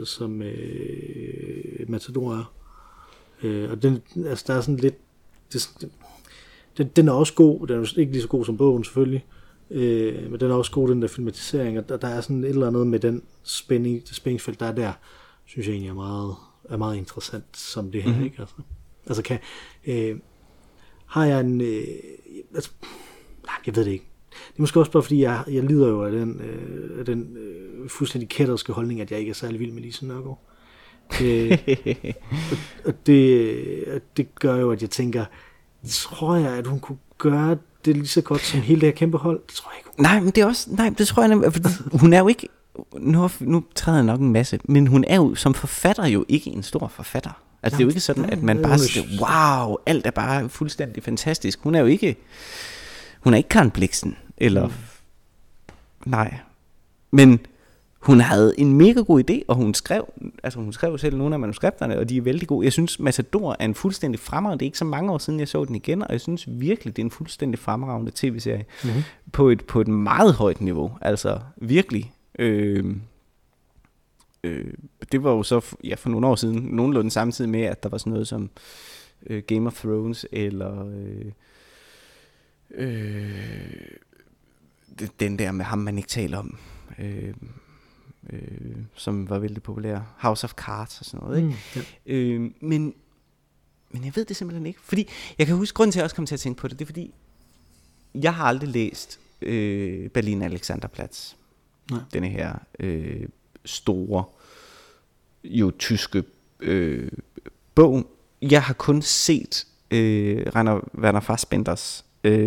Matador er. Og den, altså der er sådan lidt, den er også god, den er jo ikke lige så god som bogen selvfølgelig, men den er også god, den der filmatisering, og der er sådan et eller andet med den spændingsfelt, der er der, synes jeg egentlig er meget interessant som det her, ikke? Altså har jeg en, jeg ved det ikke. Det er måske også bare fordi, jeg lider jo af den fuldstændig kætterske holdning, at jeg ikke er særlig vild med Lise Nørgaard. Og det gør jo, at jeg tænker, tror jeg, at hun kunne gøre det lige så godt som hele det her kæmpe hold? Det tror jeg ikke. Det tror jeg nemlig, for hun er jo ikke, nu træder jeg nok en masse, men hun er jo som forfatter jo ikke en stor forfatter. Altså det er jo ikke sådan, at man bare siger, wow, alt er bare fuldstændig fantastisk. Hun er ikke Karen Blixen, eller nej. Men hun havde en mega god idé, og hun skrev selv nogle af manuskripterne, og de er vældig gode. Jeg synes, Matador er en fuldstændig fremragende. Det er ikke så mange år siden, jeg så den igen, og jeg synes virkelig, det er en fuldstændig fremragende tv-serie på et meget højt niveau. Altså virkelig. Det var jo så for nogle år siden, nogenlunde samtidig med, at der var sådan noget som Game of Thrones, eller den der med ham, man ikke taler om, som var vældig populær, House of Cards og sådan noget, ikke? Men jeg ved det simpelthen ikke, fordi jeg kan huske, grunden til at jeg også kom til at tænke på det, det er fordi, jeg har aldrig læst Berlin Alexanderplatz. Nej. Denne her store tyske bog. Jeg har kun set Werner Fassbinders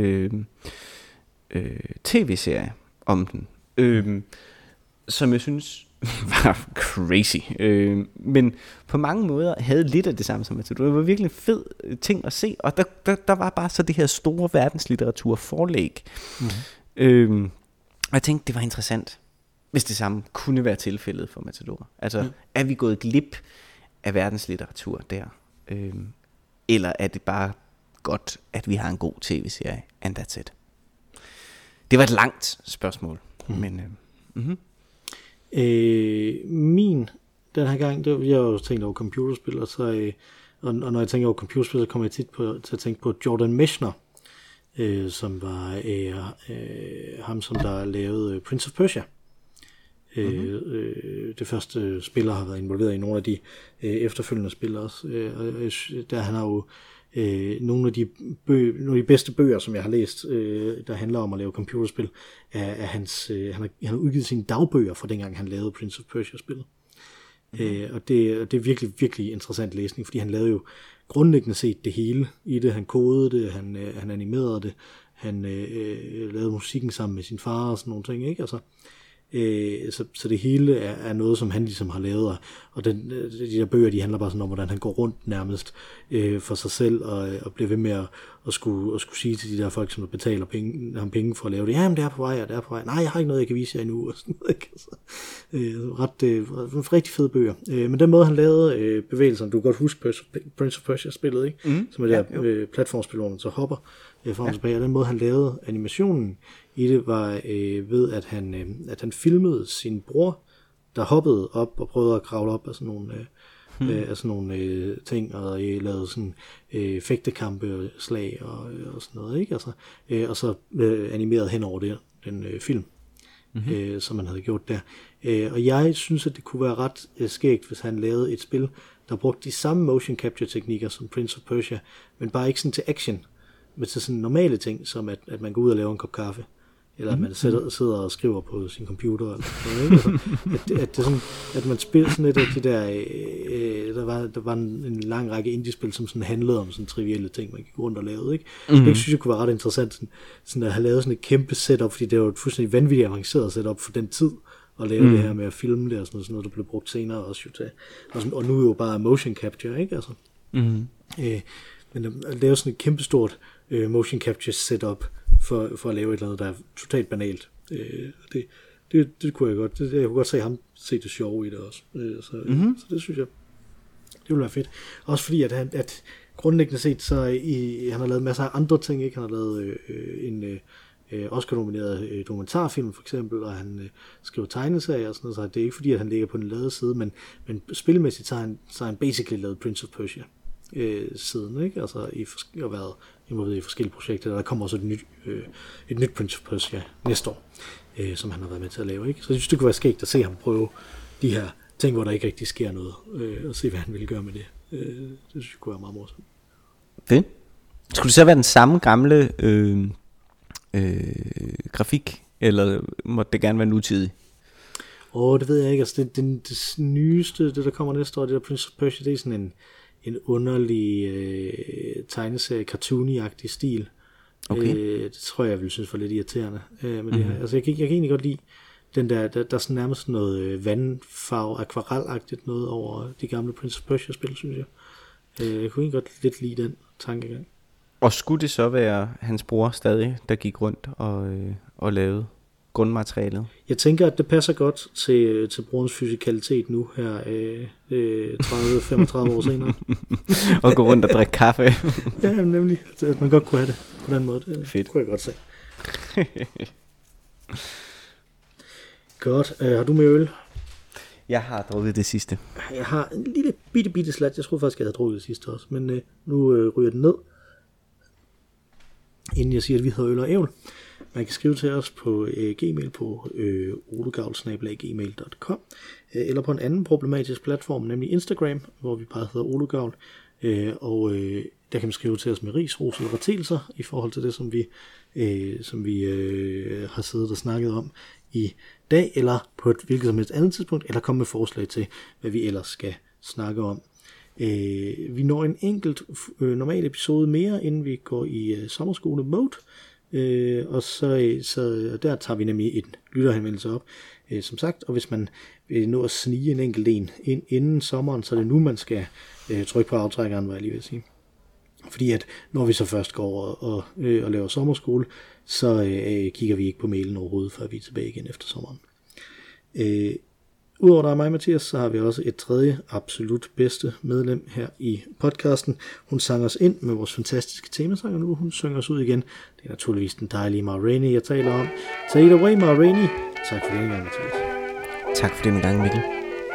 tv-serie om den, som jeg synes var crazy, men på mange måder havde lidt af det samme som Matador. Det var virkelig en fed ting at se, og der var bare så det her store verdenslitteratur forlæg. Og jeg tænkte, det var interessant, hvis det samme kunne være tilfældet for Matador. Altså, er vi gået glip af verdenslitteratur der? Eller er det bare godt, at vi har en god tv-serie, and that's it? Det var et langt spørgsmål, men Den her gang, jeg har jo tænkt over computerspil, og når jeg tænker over computerspil, så kommer jeg tit til at tænke på Jordan Mechner, som var ham, som der lavede Prince of Persia. Det første spiller har været involveret i nogle af de efterfølgende spil også. Der han har jo nogle af de bedste bøger, som jeg har læst, der handler om at lave computerspil, er han har udgivet sine dagbøger fra dengang han lavede Prince of Persia-spillet. Og det er virkelig, virkelig interessant læsning, fordi han lavede jo grundlæggende set det hele i det. Han kodede det, han animerede det, han lavede musikken sammen med sin far og sådan nogle ting, ikke? Altså, så det hele er noget, som han ligesom har lavet, og de der bøger, de handler bare sådan om, hvordan han går rundt nærmest for sig selv, og bliver ved med at skulle sige til de der folk, som betaler ham penge for at lave det, jamen det er på vej, og det er på vej, nej, jeg har ikke noget, jeg kan vise jer endnu, og sådan noget, ikke? Altså, rigtig fede bøger. Men den måde, han lavede bevægelserne, du kan godt huske Prince of Persia-spillet, ikke? Som er der platformspil, hvor man så hopper frem og tilbage, og den måde, han lavede animationen i det, var ved, at han filmede sin bror, der hoppede op og prøvede at kravle op af sådan nogle ting, og lavede sådan fægtekampe, slag og sådan noget, ikke? Altså, og så animeret hen over den film, som man havde gjort der. Og jeg synes, at det kunne være ret skægt, hvis han lavede et spil, der brugte de samme motion capture teknikker som Prince of Persia, men bare ikke sådan til action, men til sådan normale ting, som at man går ud og laver en kop kaffe, eller at man sidder og skriver på sin computer, eller noget, ikke? At det sådan, at man spiller sådan lidt af de der, der var en lang række indie-spil, som sådan handlede om sådan trivielle ting, man gik rundt og lavede, ikke? Jeg synes, det kunne være ret interessant, sådan at have lavet sådan et kæmpe setup, fordi det var et fuldstændig vanvittigt avanceret setup for den tid, at lave det her med at filme det, og sådan noget, der blev brugt senere også jo til, og nu er jo bare motion capture, ikke? Altså, men at lave sådan et kæmpestort motion capture setup for at lave et eller andet, der er totalt banalt. Det kunne jeg godt. Jeg kunne godt se ham se det sjove i det også. Så det synes jeg, det ville være fedt. Også fordi, at grundlæggende set, så han har lavet masser af andre ting, ikke? Han har lavet en Oscar-nomineret dokumentarfilm for eksempel, og han skriver tegneserier og sådan noget, så det er ikke fordi, at han ligger på den lade side, men spillemæssigt så har han basically lavet Prince of Persia siden, ikke? Altså har været involveret i forskellige projekter. Der kommer også et nyt Prince of Persia næste år, som han har været med til at lave, ikke? Så jeg synes, det kunne være skægt at se ham prøve de her ting, hvor der ikke rigtig sker noget, og se, hvad han ville gøre med det. Det synes jeg kunne være meget morsomt. Fedt. Skulle det så være den samme gamle grafik, eller måtte det gerne være nutidig? Det ved jeg ikke. Altså det nyeste, det der kommer næste år, det der Prince of Persia, det er sådan en underlig tegneserie, cartoony-agtig stil. Okay. Det tror jeg vil synes var lidt irriterende med det her. Altså jeg kan egentlig godt lide den der er sådan nærmest noget vandfarve, akvarelagtigt noget over de gamle Prince of Persia-spil, synes jeg. Jeg kunne egentlig godt lidt lide den tankegang. Og skulle det så være hans bror stadig, der gik rundt og lavede grundmaterialet? Jeg tænker, at det passer godt til brorens fysikalitet nu her 30-35 år senere. Og gå rundt og drikke kaffe. Ja, nemlig. At man godt kunne have det på den måde. Det fedt. Kunne jeg godt se. Godt. Har du med øl? Jeg har drukket det sidste. Jeg har en lille bitte slat. Jeg tror faktisk, jeg havde drukket det sidste også. Men nu ryger den ned. Inden jeg siger, at vi hedder Øl og Ævl. Man kan skrive til os på Gmail på olugavl@gmail.com eller på en anden problematisk platform, nemlig Instagram, hvor vi bare hedder Olugavl. Og der kan man skrive til os med ris, ros eller retelser i forhold til det, som vi har siddet og snakket om i dag, eller på et hvilket som helst andet tidspunkt, eller komme med forslag til, hvad vi ellers skal snakke om. Vi når en enkelt normal episode mere, inden vi går i sommerskole-mode. Og så der tager vi nemlig en lytterhenvendelse op, som sagt, og hvis man vil nå at snige en enkelt en ind inden sommeren, så er det nu, man skal trykke på aftrækkeren, hvad jeg lige vil sige. Fordi at når vi så først går over og laver sommerskole, så kigger vi ikke på mailen overhovedet, før vi er tilbage igen efter sommeren. Udover dig og mig, Mathias, så har vi også et tredje absolut bedste medlem her i podcasten. Hun sang os ind med vores fantastiske temasang, og nu hun synger os ud igen. Det er naturligvis den dejlige Ma Rainey, jeg taler om. Take it away, Ma Rainey. Tak for denne gang, Mathias. Tak for den gang, Mikkel.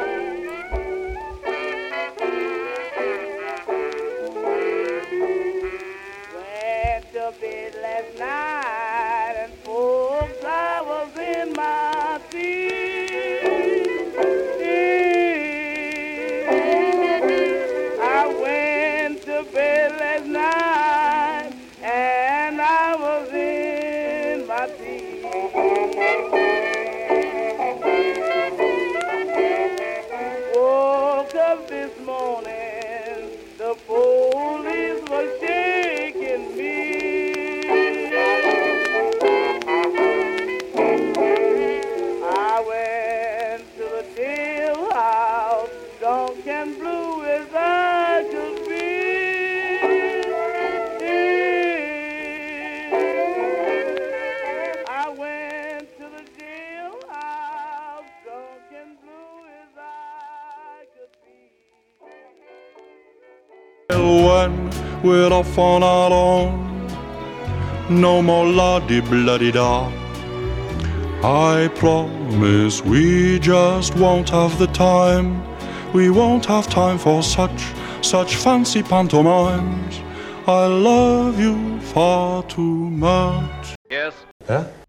When we're off on our own, no more la-di-blah-di-da. I promise we just won't have the time. We won't have time for such fancy pantomimes. I love you far too much. Yes? Huh?